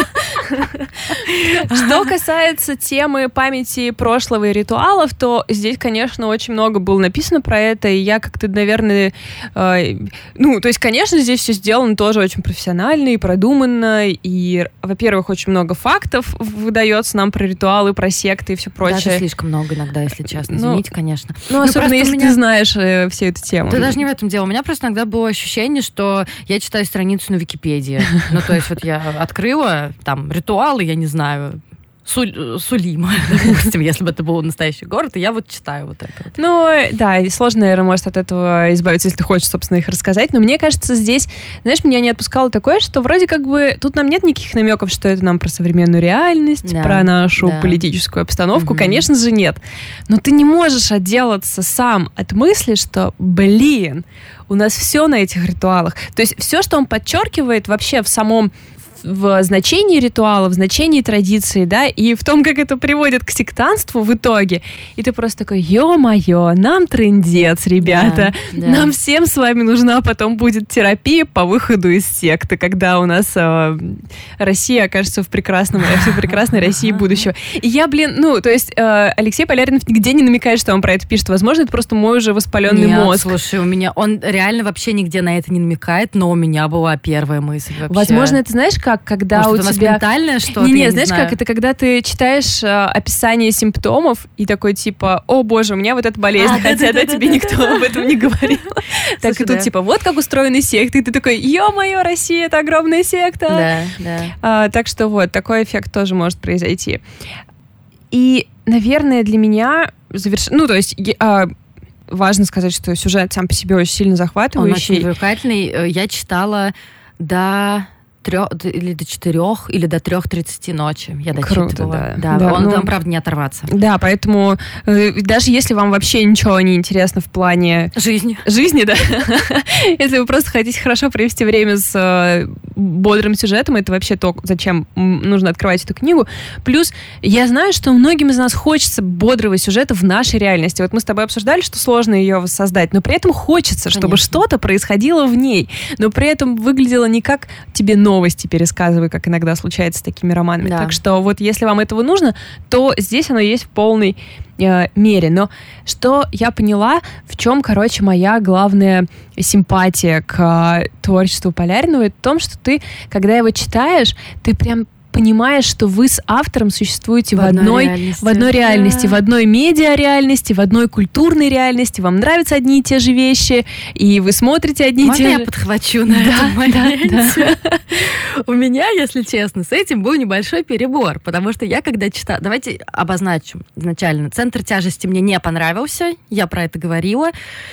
Что касается темы памяти прошлого и ритуалов, то здесь, конечно, очень много было написано про это, и я как-то, наверное, Ну, то есть, конечно, здесь все сделано тоже очень профессионально и продуманно, и, во-первых, очень много фактов выдается нам про ритуалы, про секты и все прочее. Даже слишком много иногда, если честно. Извините, ну, конечно. Ну, особенно если меня... ты знаешь э, всю эту тему. Да даже не в этом дело. У меня просто иногда было ощущение, что я читаю страницу на Википедии. Ну, то есть вот я открыла там ритуалы, я не знаю... Суль, Сулима, допустим, если бы это был настоящий город, и я вот читаю вот это вот. Ну, да, и сложно, наверное, может от этого избавиться, если ты хочешь, собственно, их рассказать, но мне кажется, здесь, знаешь, меня не отпускало такое, что вроде как бы тут нам нет никаких намеков, что это нам про современную реальность, да, про нашу да. политическую обстановку, угу. Конечно же, нет. Но ты не можешь отделаться сам от мысли, что, блин, у нас все на этих ритуалах. То есть все, что он подчеркивает вообще в самом в значении ритуала, в значении традиции, да, и в том, как это приводит к сектанству в итоге. И ты просто такой, ё-моё, нам трындец, ребята. Да, да. Нам всем с вами нужна потом будет терапия по выходу из секты, когда у нас э, Россия окажется в прекрасном, в прекрасной России будущего. И я, блин, ну, то есть э, Алексей Поляринов нигде не намекает, что он про это пишет. Возможно, это просто мой уже воспаленный Нет, мозг. Слушай, у меня, он реально вообще нигде на это не намекает, но у меня была первая мысль вообще. Возможно, это знаешь, как когда Может, у это тебя... у нас ментальное что-то, Не, не, не знаешь, знаю. как это, когда ты читаешь э, описание симптомов и такой типа, о боже, у меня вот эта болезнь, а, хотя да, тебе никто об этом не говорил. Так и тут типа, вот как устроены секты, и ты такой, ё-моё, Россия, это огромная секта. Да, да. Так что вот, такой эффект тоже может произойти. И, наверное, для меня заверш... Ну, то есть... Важно сказать, что сюжет сам по себе очень сильно захватывающий. Он очень увлекательный. Я читала до... трех, или до четырех, или до трех тридцати ночи. Я дочитывала. Круто, да. Да, да он ну, там, правда, не оторваться. Да, поэтому э, даже если вам вообще ничего не интересно в плане... Жизни. Жизни, да. Если вы просто хотите хорошо провести время с э, бодрым сюжетом, это вообще то, зачем нужно открывать эту книгу. Плюс я знаю, что многим из нас хочется бодрого сюжета в нашей реальности. Вот мы с тобой обсуждали, что сложно ее воссоздать, но при этом хочется, Конечно. Чтобы что-то происходило в ней, но при этом выглядело не как тебе новое, новости пересказывай, как иногда случается с такими романами. Да. Так что вот если вам этого нужно, то здесь оно есть в полной э, мере. Но что я поняла, в чем, короче, моя главная симпатия к э, творчеству Поляринова, это в том, что ты, когда его читаешь, ты прям понимаешь, что вы с автором существуете в, в одной, одной в одной реальности, да. в одной медиа-реальности, в одной культурной реальности, вам нравятся одни и те же вещи, и вы смотрите одни Можно и те я же... подхвачу на да, этом моменте? Да, да. У меня, если честно, с этим был небольшой перебор, потому что я когда читала... Давайте обозначим изначально. «Центр тяжести» мне не понравился, я про это говорила,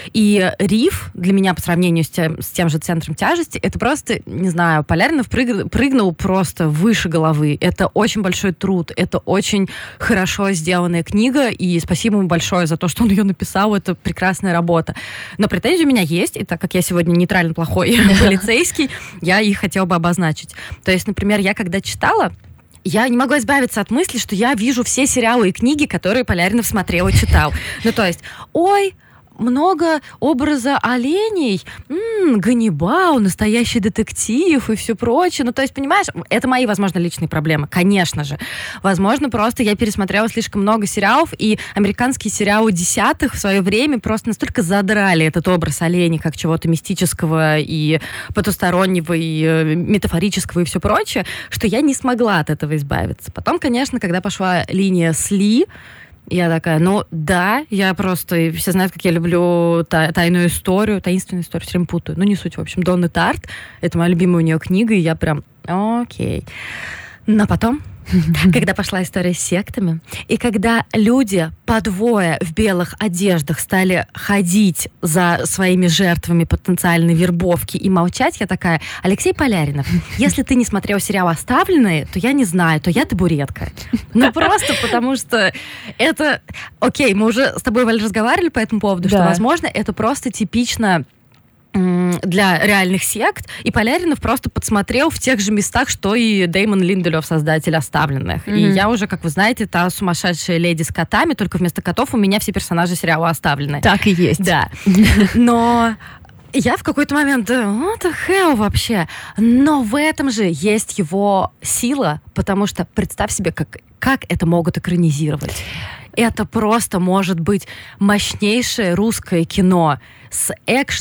и «Риф» для меня по сравнению с тем, с тем же «Центром тяжести» это просто, не знаю, Поляринов прыг... прыгнул просто выше головы. Это очень большой труд, это очень хорошо сделанная книга, и спасибо ему большое за то, что он ее написал, это прекрасная работа. Но претензии у меня есть, и так как я сегодня нейтрально плохой полицейский, я их хотела бы обозначить. То есть, например, я когда читала, я не могу избавиться от мысли, что я вижу все сериалы и книги, которые Поляринов смотрел и читал. Ну, то есть, ой, много образа оленей, м-м, Ганнибал, настоящий детектив и все прочее. Ну, то есть, понимаешь, это мои, возможно, личные проблемы, конечно же. Возможно, просто я пересмотрела слишком много сериалов, и американские сериалы десятых в свое время просто настолько задрали этот образ оленей как чего-то мистического и потустороннего, и метафорического, и все прочее, что я не смогла от этого избавиться. Потом, конечно, когда пошла линия с Ли, я такая, ну да, я просто... Все знают, как я люблю та, тайную историю, таинственную историю, все время путаю. Ну, не суть, в общем. Донна Тарт. Это моя любимая у нее книга, и я прям... Окей. Но потом, когда пошла история с сектами, и когда люди по двое в белых одеждах стали ходить за своими жертвами потенциальной вербовки и молчать, я такая, Алексей Поляринов, если ты не смотрел сериал «Оставленные», то я не знаю, то я табуретка. Ну, просто потому что это... Окей, мы уже с тобой, Валь, разговаривали по этому поводу, да. что, возможно, это просто типично для реальных сект, и Поляринов просто подсмотрел в тех же местах, что и Дэймон Линделёв, создатель «Оставленных». Mm-hmm. И я уже, как вы знаете, та сумасшедшая леди с котами, только вместо котов у меня все персонажи сериала «Оставленные». Так и есть. Да. Но я в какой-то момент, what the hell вообще? Но в этом же есть его сила, потому что представь себе, как, как это могут экранизировать. Это просто может быть мощнейшее русское кино с экшеном,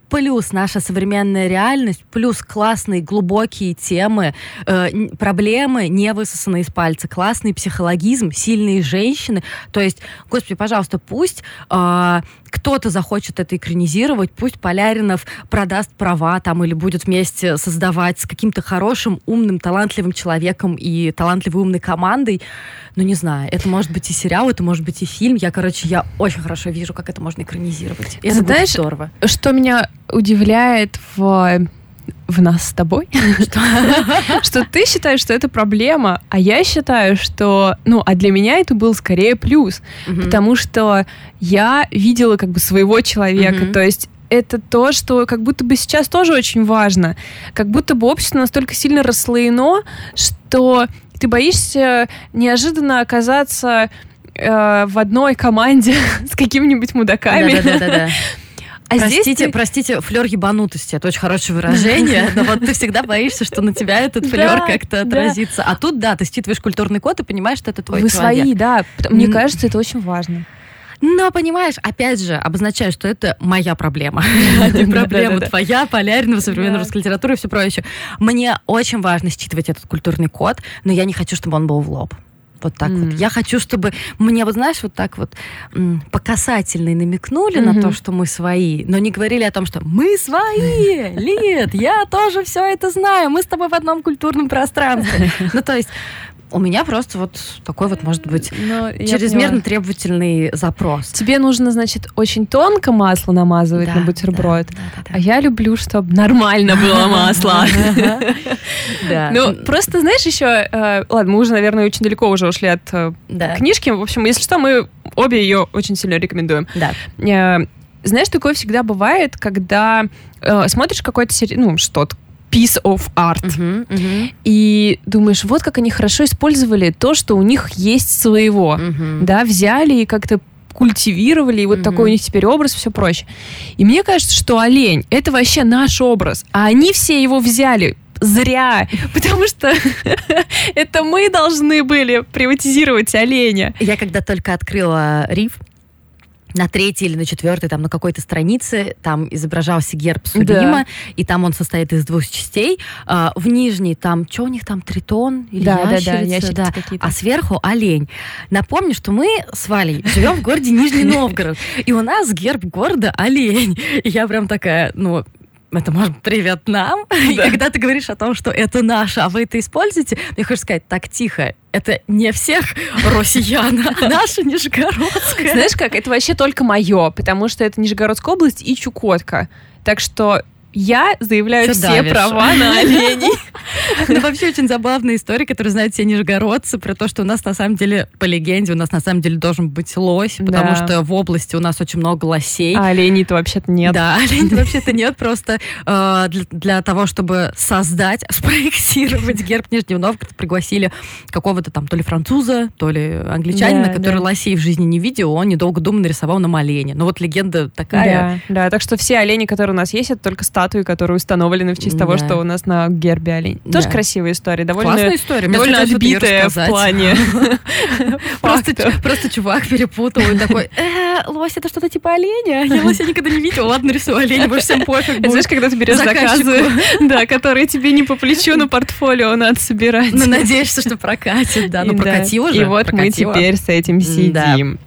плюс наша современная реальность, плюс классные глубокие темы, э, проблемы не высосаны из пальца, классный психологизм, сильные женщины. То есть, господи, пожалуйста, пусть э, кто-то захочет это экранизировать, пусть Поляринов продаст права там или будет вместе создавать с каким-то хорошим, умным, талантливым человеком и талантливой умной командой. Ну, не знаю, это может быть и сериал, это может быть и фильм. Я, короче, я очень хорошо вижу, как это можно экранизировать. И это Знаешь, будет здорово. Что меня удивляет в, в нас с тобой, что ты считаешь, что это проблема, а я считаю, что... Ну, а для меня это был скорее плюс, потому что я видела как бы своего человека, то есть это то, что как будто бы сейчас тоже очень важно. Как будто бы общество настолько сильно расслоено, что ты боишься неожиданно оказаться э, в одной команде с какими-нибудь мудаками. Да-да-да. А простите, здесь ты... простите, флёр ебанутости. Это очень хорошее выражение, но вот ты всегда боишься, что на тебя этот флёр как-то отразится. А тут, да, ты считываешь культурный код и понимаешь, что это твой Вы человек. свои, да. Мне кажется, это очень важно. Но, понимаешь, опять же, обозначаю, что это моя проблема, а не проблема твоя, Поляринова, современной русской литературы и все прочее. Мне очень важно считывать этот культурный код, но я не хочу, чтобы он был в лоб. Вот так mm. вот. Я хочу, чтобы мне, вот знаешь, вот так вот м, по касательной намекнули mm-hmm. на то, что мы свои, но не говорили о том, что мы свои, Лид, я тоже все это знаю, мы с тобой в одном культурном пространстве. Ну, то есть... У меня просто вот такой вот, может быть, но чрезмерно требовательный запрос. Тебе нужно, значит, очень тонко масло намазывать да, на бутерброд, да, да, да, да. А я люблю, чтобы нормально было масло. Ну, просто, знаешь, еще... Ладно, мы уже, наверное, очень далеко уже ушли от книжки. В общем, если что, мы обе ее очень сильно рекомендуем. Знаешь, такое всегда бывает, когда смотришь какой-то сериал, ну, что-то, piece of art. Uh-huh, uh-huh. И думаешь, вот как они хорошо использовали то, что у них есть своего. Uh-huh. Да, взяли и как-то культивировали, и вот uh-huh. такой у них теперь образ, все прочее. И мне кажется, что олень — это вообще наш образ, а они все его взяли зря, потому что это мы должны были приватизировать оленя. Я когда только открыла Риф, на третьей или на четвертой, там, на какой-то странице, там изображался герб Сулейма, да. И там он состоит из двух частей. А, в нижней там, что у них там, тритон или да, ящерица? Да, да, ящерицы да. какие-то. А сверху олень. Напомню, что мы с Валей живем в городе Нижний Новгород, и у нас герб города олень. И я прям такая, ну... Это, может, привет нам. Да. И когда ты говоришь о том, что это наше, а вы это используете, мне хочется сказать, так, тихо, это не всех россиян, а наша Нижегородская. Знаешь как, это вообще только мое, потому что это Нижегородская область и Чукотка. Так что я заявляю Что все давишь? права на оленей. Ну, вообще очень забавная история, которую знают все нижегородцы, про то, что у нас на самом деле, по легенде, у нас на самом деле должен быть лось, потому да. что в области у нас очень много лосей. А оленей-то вообще-то нет. Да, оленей вообще-то нет, просто э, для, для того, чтобы создать, спроектировать герб Нижнего Новгорода, пригласили какого-то там то ли француза, то ли англичанина, да, который да. лосей в жизни не видел, он, недолго думая, нарисовал нам оленя. Ну вот легенда такая. Да, да, так что все олени, которые у нас есть, это только статуи, которые установлены в честь да. того, что у нас на гербе олень. Да. Тоже красивая история, довольно, классная история. довольно отбитая в плане. Просто чувак перепутал и такой, лось, это что-то типа оленя? Я лося никогда не видел, ладно, рисую оленя, больше всем пофиг будет. Знаешь, когда ты берешь заказы, да, которые тебе не по плечу, но портфолио надо собирать. Ну, надеешься, что прокатит, да, ну прокатило же. И вот мы теперь с этим сидим.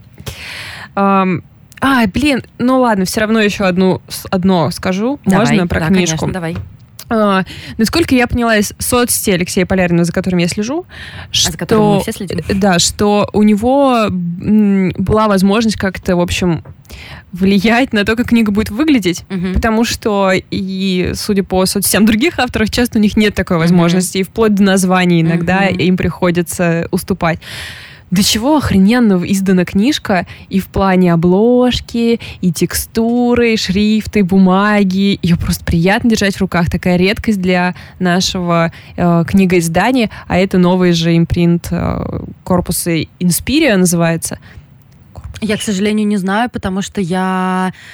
А, блин, ну ладно, все равно еще одну, одно скажу. Давай, можно про да, книжку? Конечно, давай. А, насколько я поняла из соцсети Алексея Поляринова, за которым я слежу, а что, за которым мы все следим? Да, что у него м, была возможность как-то, в общем, влиять на то, как книга будет выглядеть, uh-huh. потому что и, судя по соцсетям других авторов, часто у них нет такой возможности, uh-huh. и вплоть до названий иногда uh-huh. им приходится уступать. До чего охрененно издана книжка и в плане обложки, и текстуры, и шрифты, и бумаги. Ее просто приятно держать в руках. Такая редкость для нашего э, книгоиздания. А это новый же импринт э, корпуса Inspiria называется. Я, к сожалению, не знаю, потому что я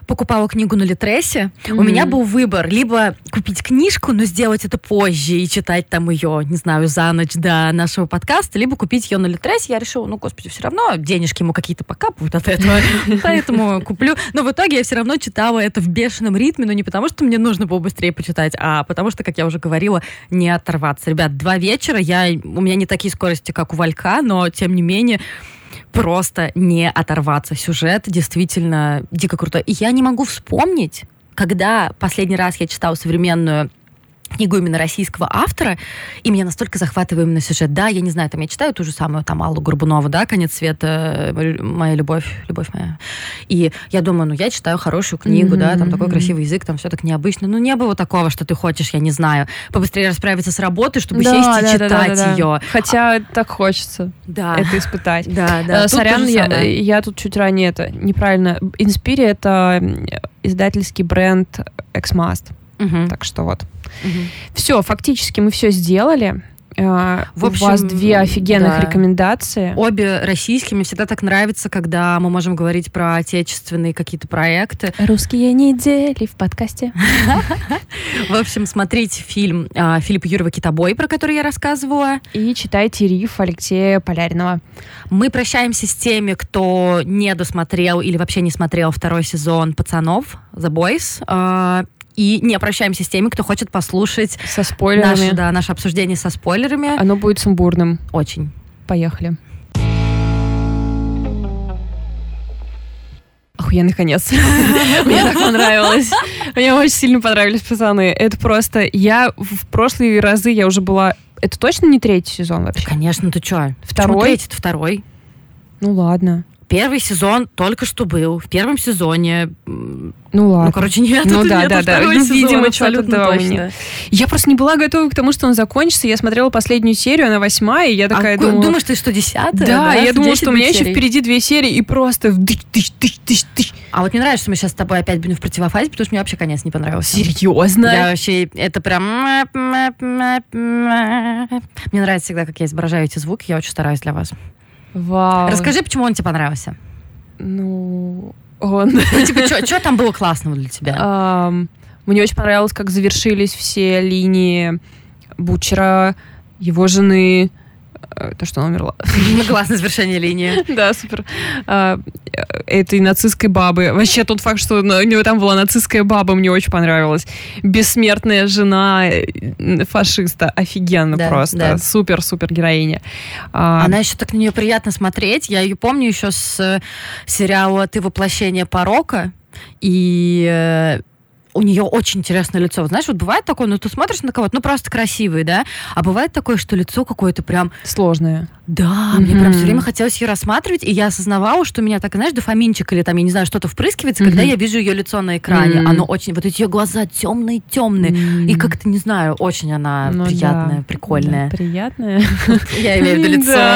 покупала книгу на Литресе, mm-hmm. у меня был выбор либо купить книжку, но сделать это позже и читать там ее, не знаю, за ночь до нашего подкаста, либо купить ее на Литресе. Я решила, ну, господи, все равно денежки ему какие-то покапывают от этого, поэтому куплю. Но в итоге я все равно читала это в бешеном ритме, но не потому, что мне нужно было быстрее почитать, а потому что, как я уже говорила, не оторваться. Ребят, два вечера, я, у меня не такие скорости, как у Валька, но, тем не менее, просто не оторваться. Сюжет действительно дико крутой. И я не могу вспомнить, когда последний раз я читала современную книгу именно российского автора, и меня настолько захватывает именно сюжет. Да, я не знаю, там я читаю ту же самую там Аллу Горбунову, да, «Конец света», «Моя любовь», «Любовь моя». И я думаю, ну, я читаю хорошую книгу, mm-hmm. да, там такой красивый язык, там все так необычно. Ну, не было такого, что ты хочешь, я не знаю, побыстрее расправиться с работой, чтобы да, сесть и да, читать да, да, да, ее. Да. Хотя так хочется да. это испытать. Да, да. Сорян, я, я тут чуть ранее это неправильно. Инспири — это издательский бренд Эксмаст. Угу. Так что вот. Угу. Все, фактически мы все сделали. В общем, у вас две офигенных да. рекомендации. Обе российские. Мне всегда так нравится, когда мы можем говорить про отечественные какие-то проекты. Русские недели в подкасте. В общем, смотрите фильм Филиппа Юрьева «Китобой», про который я рассказывала. И читайте «Риф» Алексея Поляринова. Мы прощаемся с теми, кто не досмотрел или вообще не смотрел второй сезон «Пацанов», «The Boys». И не прощаемся с теми, кто хочет послушать со спойлерами. Наше, да, наше обсуждение со спойлерами. Оно будет сумбурным. Очень. Поехали. Охуенный конец. Мне так понравилось. Мне очень сильно понравились «Пацаны». Это просто... Я в прошлые разы я уже была... Это точно не третий сезон вообще? Конечно, ты что? Второй? Третий, это второй. Ну ладно. Первый сезон только что был. В первом сезоне... Ну ладно. Ну, короче, нет, ну, это да, нет, да, да. второй ну, сезон, видимо, абсолютно что-то точно. Да, я просто не была готова к тому, что он закончится. Я смотрела последнюю серию, она восьмая, и я такая а думала... Думаешь, ты что, десятая? Да, да я думала, что у меня серий. еще впереди две серии, и просто... А вот мне нравится, что мы сейчас с тобой опять будем в противофазе, потому что мне вообще конец не понравился. Серьезно? Да, вообще, это прям... Мне нравится всегда, как я изображаю эти звуки, я очень стараюсь для вас. Вау. Расскажи, почему он тебе понравился? Ну... Он... Ну, типа, что там было классного для тебя? Um, мне очень понравилось, как завершились все линии Бутчера, его жены, то, что она умерла. Классное завершение линии. Да, супер. А, этой нацистской бабы. Вообще тот факт, что у него там была нацистская баба, мне очень понравилось. Бессмертная жена фашиста. Офигенно да, просто. Да. Супер-супер героиня. А, Она еще так на нее приятно смотреть. Я ее помню еще с сериала «Ты воплощение порока». И... у нее очень интересное лицо. Знаешь, вот бывает такое, ну ты смотришь на кого-то, ну просто красивый, да, а бывает такое, что лицо какое-то прям... сложное. Да, mm-hmm. мне прям все время хотелось ее рассматривать, и я осознавала, что у меня так, знаешь, дофаминчик или там, я не знаю, что-то впрыскивается, mm-hmm. когда я вижу ее лицо на экране. Mm-hmm. Оно очень... Вот эти ее глаза темные-темные, mm-hmm. и как-то, не знаю, очень она ну, приятная, да. прикольная. Да, приятная? Я имею в виду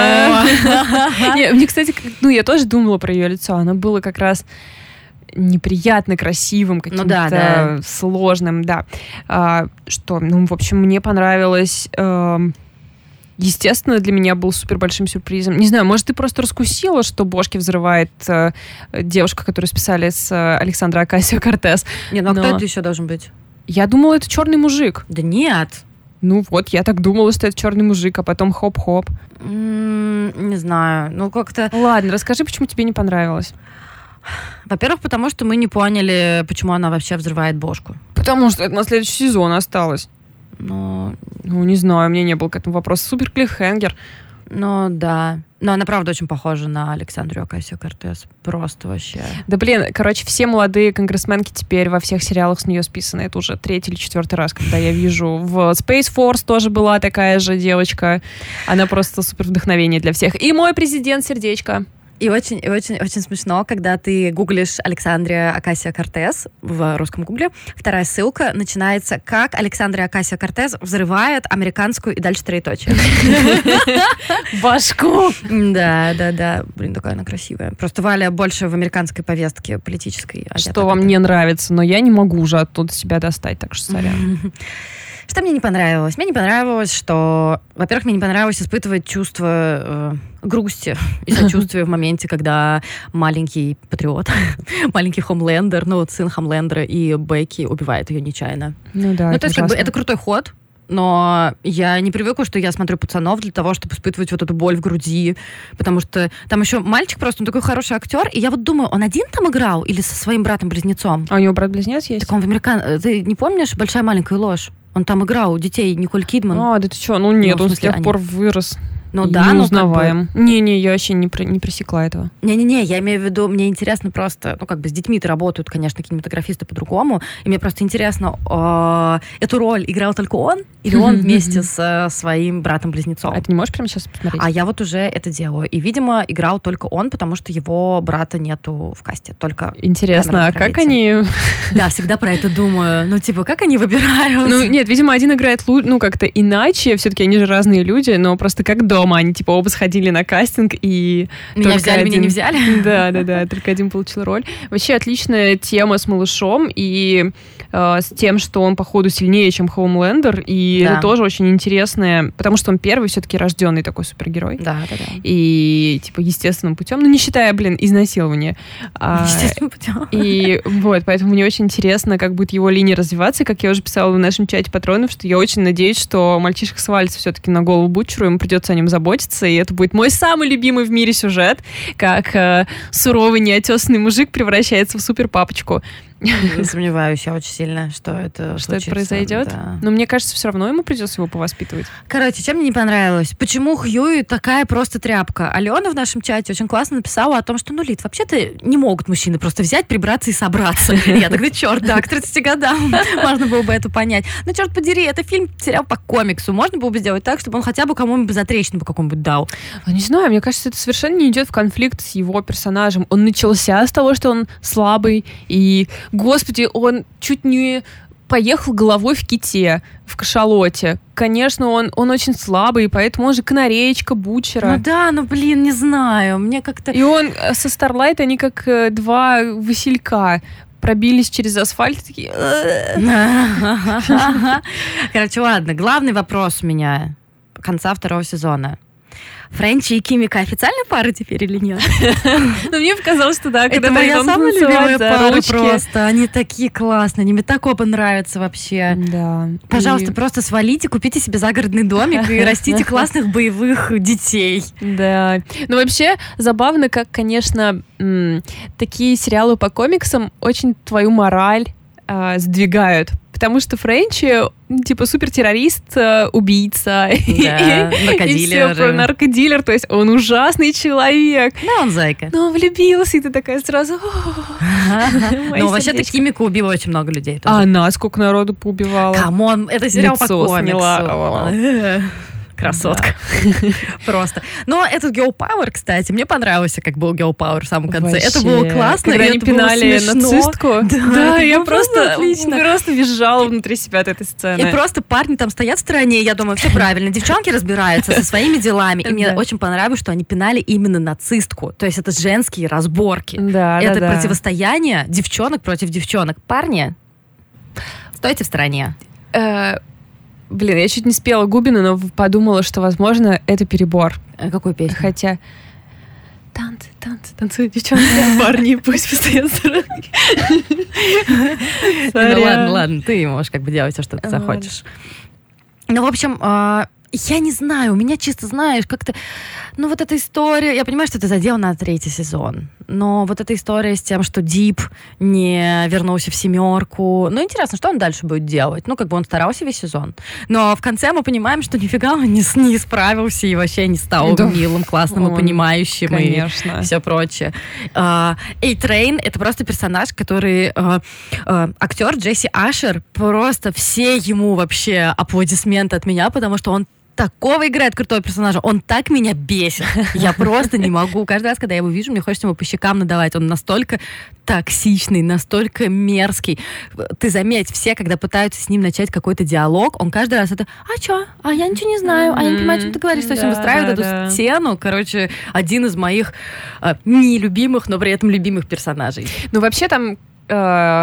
лицо. Мне, кстати, ну я тоже думала про ее лицо. Оно было как раз... неприятно красивым, каким-то ну, да, да. сложным, да. А, что, ну, в общем, мне понравилось. Э, естественно, для меня был супер большим сюрпризом. Не знаю, может, ты просто раскусила, что бошки взрывает э, девушка, которую списали с э, Александра Окасио-Кортес. Нет, ну а Но... кто это еще должен быть? Я думала, это черный мужик. Да нет. Ну вот, я так думала, что это черный мужик, а потом хоп-хоп. Mm, не знаю, ну как-то... Ладно, расскажи, почему тебе не понравилось. Во-первых, потому что мы не поняли, почему она вообще взрывает бошку. Потому что это на следующий сезон осталось. Но... Ну, не знаю, у меня не был к этому вопроса. Супер клиффхенгер. Ну, да. Но она, правда, очень похожа на Александру Окасио-Кортес. Просто вообще. Да, блин, короче, все молодые конгрессменки теперь во всех сериалах с нее списаны. Это уже третий или четвертый раз, когда я вижу. В Space Force тоже была такая же девочка. Она просто супер вдохновение для всех. И мой президент сердечко. И очень, и очень, очень смешно, когда ты гуглишь Александрия Окасио-Кортес в русском гугле. Вторая ссылка начинается, как Александрия Окасио-Кортес взрывает американскую и дальше троеточие. Башку! Да, да, да. Блин, такая она красивая. Просто Валя больше в американской повестке политической. Что вам не нравится, но я не могу уже оттуда себя достать, так что сорян. Что мне не понравилось? Мне не понравилось, что... Во-первых, мне не понравилось испытывать чувство э, грусти и сочувствия в моменте, когда маленький патриот, маленький Хомлендер, ну вот сын Хомлендера и Бекки убивает ее нечаянно. Ну да, Ну то есть как бы это крутой ход, но я не привыкла, что я смотрю пацанов для того, чтобы испытывать вот эту боль в груди, потому что там еще мальчик просто, он такой хороший актер, и я вот думаю, он один там играл или со своим братом-близнецом? А у него брат-близнец есть? Так он в американ... Ты не помнишь «Большая маленькая ложь»? Он там играл у детей Николь Кидман. А, да ты что? Ну нет, ну, он смысле, с тех они... пор вырос. Ну да, ну узнаваем. Как бы... Не-не, я вообще не, про... не просекла этого. Не-не-не, я имею в виду, мне интересно просто, ну как бы с детьми-то работают, конечно, кинематографисты по-другому, и мне просто интересно, э, эту роль играл только он, или он вместе с своим братом-близнецом? А ты не можешь прямо сейчас посмотреть? А я вот уже это делаю, и, видимо, играл только он, потому что его брата нету в касте, только... Интересно, а как они... Да, всегда про это думаю, ну типа, как они выбирают? Ну нет, видимо, один играет, ну как-то иначе, все-таки они же разные люди, но просто как дома. Они типа оба сходили на кастинг и... Меня взяли, один... меня не взяли? Да, да, да, только один получил роль. Вообще отличная тема с малышом и э, с тем, что он, походу, сильнее, чем Хоумлендер, и да. это тоже очень интересное, потому что он первый все-таки рожденный такой супергерой. Да, да, да. И типа естественным путем, ну не считая, блин, изнасилования. Естественным путем. И вот, поэтому мне очень интересно, как будет его линия развиваться, как я уже писала в нашем чате патронов, что я очень надеюсь, что мальчишка свалится все-таки на голову Бутчеру, ему придется о нем заботиться, и это будет мой самый любимый в мире сюжет, как э, суровый неотесанный мужик превращается в суперпапочку. Не сомневаюсь, я очень сильно, что это Что это произойдет. Да. Но мне кажется, все равно ему придется его повоспитывать. Короче, чем мне не понравилось? Почему Хьюи такая просто тряпка? Алена в нашем чате очень классно написала о том, что, ну, Лид, вообще-то не могут мужчины просто взять, прибраться и собраться. Я тогда, черт, да, к тридцати годам можно было бы это понять. Ну, черт подери, это фильм, сериал по комиксу. Можно было бы сделать так, чтобы он хотя бы кому-нибудь затрещину по какому-нибудь дал. Не знаю, мне кажется, это совершенно не идет в конфликт с его персонажем. Он начался с того, что он слабый и... Господи, он чуть не поехал головой в ките, в кашалоте. Конечно, он, он очень слабый, поэтому он же канареечка Бутчера. Ну да, ну блин, не знаю, мне как-то... И он со Старлайт, они как два василька пробились через асфальт, такие... Короче, ладно, главный вопрос у меня конца второго сезона. Френчи и Кимика официальная пара теперь или нет? Ну, мне показалось, что да. Это моя самая любимая пара просто. Они такие классные, они мне так оба нравятся вообще. Да. Пожалуйста, просто свалите, купите себе загородный домик и растите классных боевых детей. Да. Ну, вообще, забавно, как, конечно, такие сериалы по комиксам очень твою мораль сдвигают. Потому что Френчи, типа, супертеррорист, убийца. Да, наркодилер. И все про наркодилер. То есть он ужасный человек. Да, он зайка. Но он влюбился, и ты такая сразу... Ну, вообще-то Кимика убила очень много людей. А она сколько народу поубивала. Камон, это сериал по комиксу. Красотка. Да. Просто. Но этот Girl Power, кстати, мне понравился, как был Girl Power в самом конце. Вообще. Это было классно. Когда они пинали нацистку. Да, да я просто, просто визжала внутри себя от этой сцены. И просто парни там стоят в стороне, и я думаю, все правильно. Девчонки разбираются со своими делами. И мне очень понравилось, что они пинали именно нацистку. То есть это женские разборки. Да, это да, противостояние девчонок против девчонок. Парни, стойте в стороне. Блин, я чуть не спела Губина, но подумала, что, возможно, это перебор. А какую песню? Хотя... Танцы, танцы, танцуют девчонки, парни, пусть постоят стороны. Ну ладно, ладно, ты можешь как бы делать все, что ты захочешь. Ну, в общем, я не знаю, у меня чисто, знаешь, как-то... Ну, вот эта история... Я понимаю, что это задел на третий сезон, но вот эта история с тем, что Дип не вернулся в семерку... Ну, интересно, что он дальше будет делать? Ну, как бы он старался весь сезон. Но в конце мы понимаем, что нифига он не, не справился и вообще не стал да. милым, классным он, и понимающим конечно. И все прочее. A-Train — это просто персонаж, который... Uh, uh, актер Джесси Ашер, просто все ему вообще аплодисменты от меня, потому что он такого играет крутого персонажа. Он так меня бесит. Я просто не могу. Каждый раз, когда я его вижу, мне хочется ему по щекам надавать. Он настолько токсичный, настолько мерзкий. Ты заметь, все, когда пытаются с ним начать какой-то диалог, он каждый раз это «А чё? А я ничего не знаю. А я не понимаю, о чем ты говоришь». То есть он выстраивает да, эту стену. Короче, один из моих э, нелюбимых, но при этом любимых персонажей. Ну, вообще там... Э-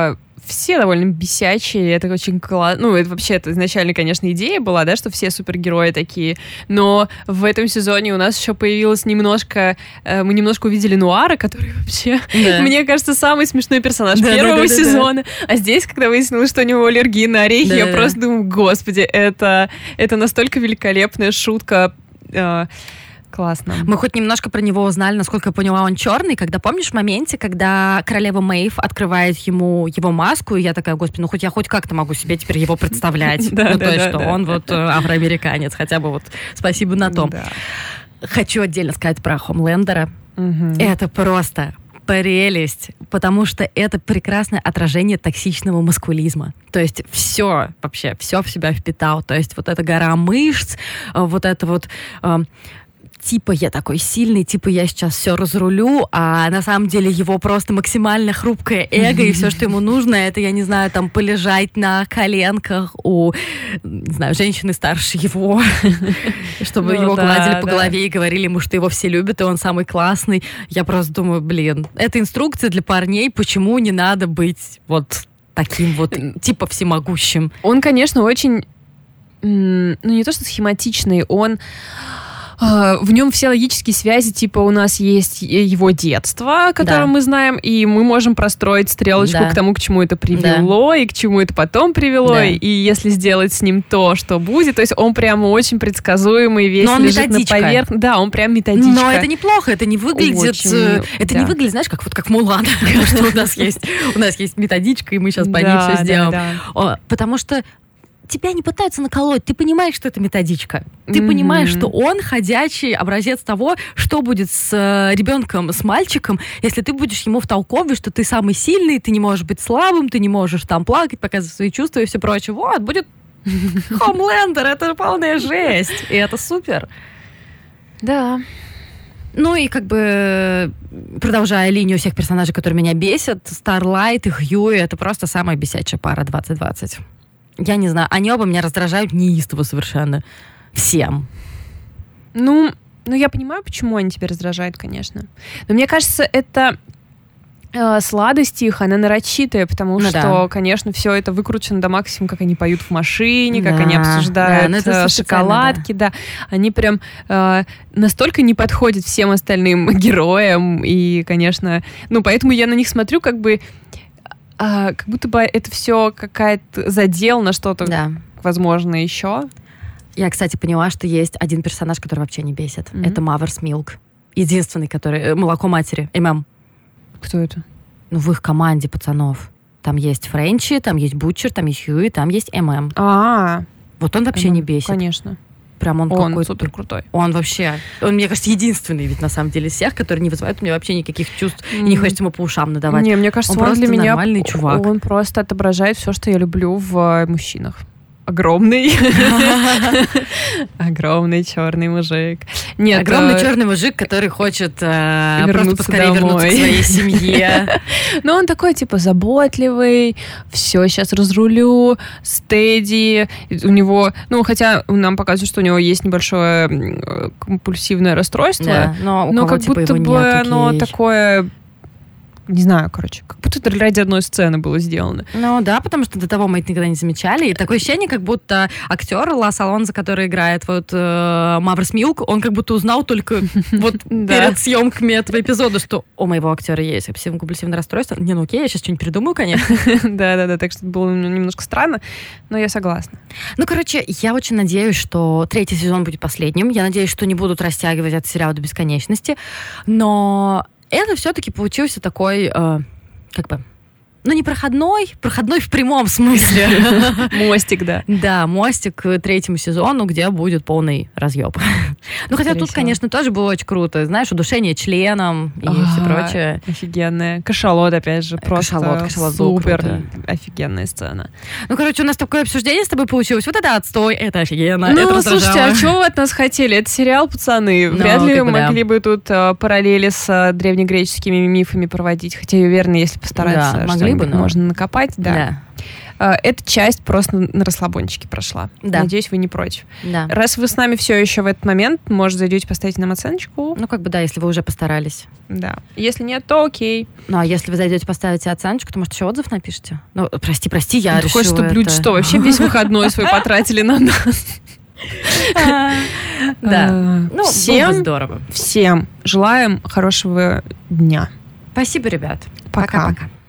все довольно бесячие, это очень классно. Ну, это вообще, это изначально, конечно, идея была, да, что все супергерои такие, но в этом сезоне у нас еще появилось немножко, э, мы немножко увидели Нуара, который вообще, да. мне кажется, самый смешной персонаж да, первого да, да, сезона. Да, да. А здесь, когда выяснилось, что у него аллергия на орехи, да, я да. просто думаю, господи, это, это настолько великолепная шутка. Э, Классно. Мы хоть немножко про него узнали, насколько я поняла, он черный, когда, помнишь, в моменте, когда королева Мэйв открывает ему его маску, и я такая, господи, ну хоть я хоть как-то могу себе теперь его представлять. Ну, то есть, что он вот афроамериканец, хотя бы вот спасибо на том. Хочу отдельно сказать про Хомлендера. Это просто прелесть, потому что это прекрасное отражение токсичного маскулизма. То есть все, вообще, все в себя впитал. То есть вот эта гора мышц, вот это вот... типа я такой сильный, типа я сейчас все разрулю, а на самом деле его просто максимально хрупкое эго, и все, что ему нужно, это, я не знаю, там, полежать на коленках у, не знаю, женщины старше его, чтобы его гладили по голове и говорили ему, что его все любят, и он самый классный. Я просто думаю, блин, это инструкция для парней, почему не надо быть вот таким вот, типа всемогущим. Он, конечно, очень, ну, не то что схематичный, он... В нем все логические связи, типа у нас есть его детство, которое да. мы знаем, и мы можем простроить стрелочку да. к тому, к чему это привело, да. и к чему это потом привело, да. и если сделать с ним то, что будет. То есть он прямо очень предсказуемый, весь лежит методичка. На поверхности. Да, он прям методичка. Но это неплохо, это не выглядит... Очень, это да. не выглядит, знаешь, как вот как Мулан, что у нас есть у нас есть методичка, и мы сейчас по ней все сделаем. Потому что тебя не пытаются наколоть, ты понимаешь, что это методичка. Ты mm-hmm. понимаешь, что он ходячий образец того, что будет с э, ребенком, с мальчиком, если ты будешь ему втолковывать, что ты самый сильный, ты не можешь быть слабым, ты не можешь там плакать, показывать свои чувства и все прочее. Вот, будет Хомлендер, это полная жесть. И это супер. Да. Ну и как бы продолжая линию всех персонажей, которые меня бесят, Старлайт и Хьюи — это просто самая бесячая пара двадцать двадцать. Я не знаю, они оба меня раздражают неистово совершенно. Всем. Ну, ну, я понимаю, почему они тебя раздражают, конечно. Но мне кажется, это э, сладость их, она нарочитая, потому ну, что, да. конечно, все это выкручено до максимума, как они поют в машине, да, как они обсуждают да, это шоколадки, да. да. Они прям э, настолько не подходят всем остальным героям, и, конечно, ну, поэтому я на них смотрю как бы А, как будто бы это все какая-то задел на что-то, да. возможно, еще. Я, кстати, поняла, что есть один персонаж, который вообще не бесит. Mm-hmm. Это Mother's Milk. Единственный, который... Молоко матери. эм эм. Кто это? Ну, в их команде пацанов. Там есть Френчи, там есть Бутчер, там есть Хьюи, там есть эм эм. А-а-а. Вот он вообще эм эм, не бесит. Конечно. Прям он, он какой-то... супер крутой. Он вообще... Он, мне кажется, единственный ведь, на самом деле, из всех, который не вызывает у меня вообще никаких чувств. Mm. И не хочется ему по ушам надавать. Не, мне кажется, он, он просто для меня нормальный чувак. Он просто отображает все, что я люблю в мужчинах. Огромный. Огромный черный мужик. Нет, огромный черный мужик, который хочет просто поскорее вернуться к своей семье. Но он такой, типа, заботливый, все, сейчас разрулю, стеди. У него, ну, хотя нам показывают, что у него есть небольшое компульсивное расстройство, но как будто бы оно такое... Не знаю, короче, как будто это ради одной сцены было сделано. Ну да, потому что до того мы это никогда не замечали. И такое ощущение, как будто актер Лас Алонсо, который играет вот э, Mother's Milk, он как будто узнал только вот перед съемками этого эпизода, что у моего актера есть обсессивно-компульсивное расстройство. Не, ну окей, я сейчас что-нибудь придумаю, конечно. Да-да-да, так что это было немножко странно, но я согласна. Ну, короче, я очень надеюсь, что третий сезон будет последним. Я надеюсь, что не будут растягивать этот сериал до бесконечности. Но... это все-таки получился такой, э, как бы, ну, не проходной, проходной в прямом смысле. Мостик, да. Да, мостик к третьему сезону, где будет полный разъеб. Ну, хотя тут, конечно, тоже было очень круто. Знаешь, удушение членом и все прочее. Офигенное. Кашалот, опять же, просто супер офигенная сцена. Ну, короче, у нас такое обсуждение с тобой получилось. Вот это отстой, это офигенно. Ну, слушайте, а чего вы от нас хотели? Это сериал, пацаны. Вряд ли могли бы тут параллели с древнегреческими мифами проводить. Хотя, я уверена, если постараться. Могли что-нибудь можно накопать, да. Эта часть просто на расслабончике прошла. Да. Надеюсь, вы не против. Да. Раз вы с нами все еще в этот момент, может, зайдете, поставите нам оценочку. Ну, как бы да, если вы уже постарались. Да. Если нет, то окей. Ну, а если вы зайдете, поставите оценочку, то, может, еще отзыв напишите? Ну, прости, прости, я ну, решила хочешь, чтобы это... люди что, вообще весь выходной свой потратили на нас? Да. Ну, было бы здорово. Всем желаем хорошего дня. Спасибо, ребят. Пока. Пока-пока.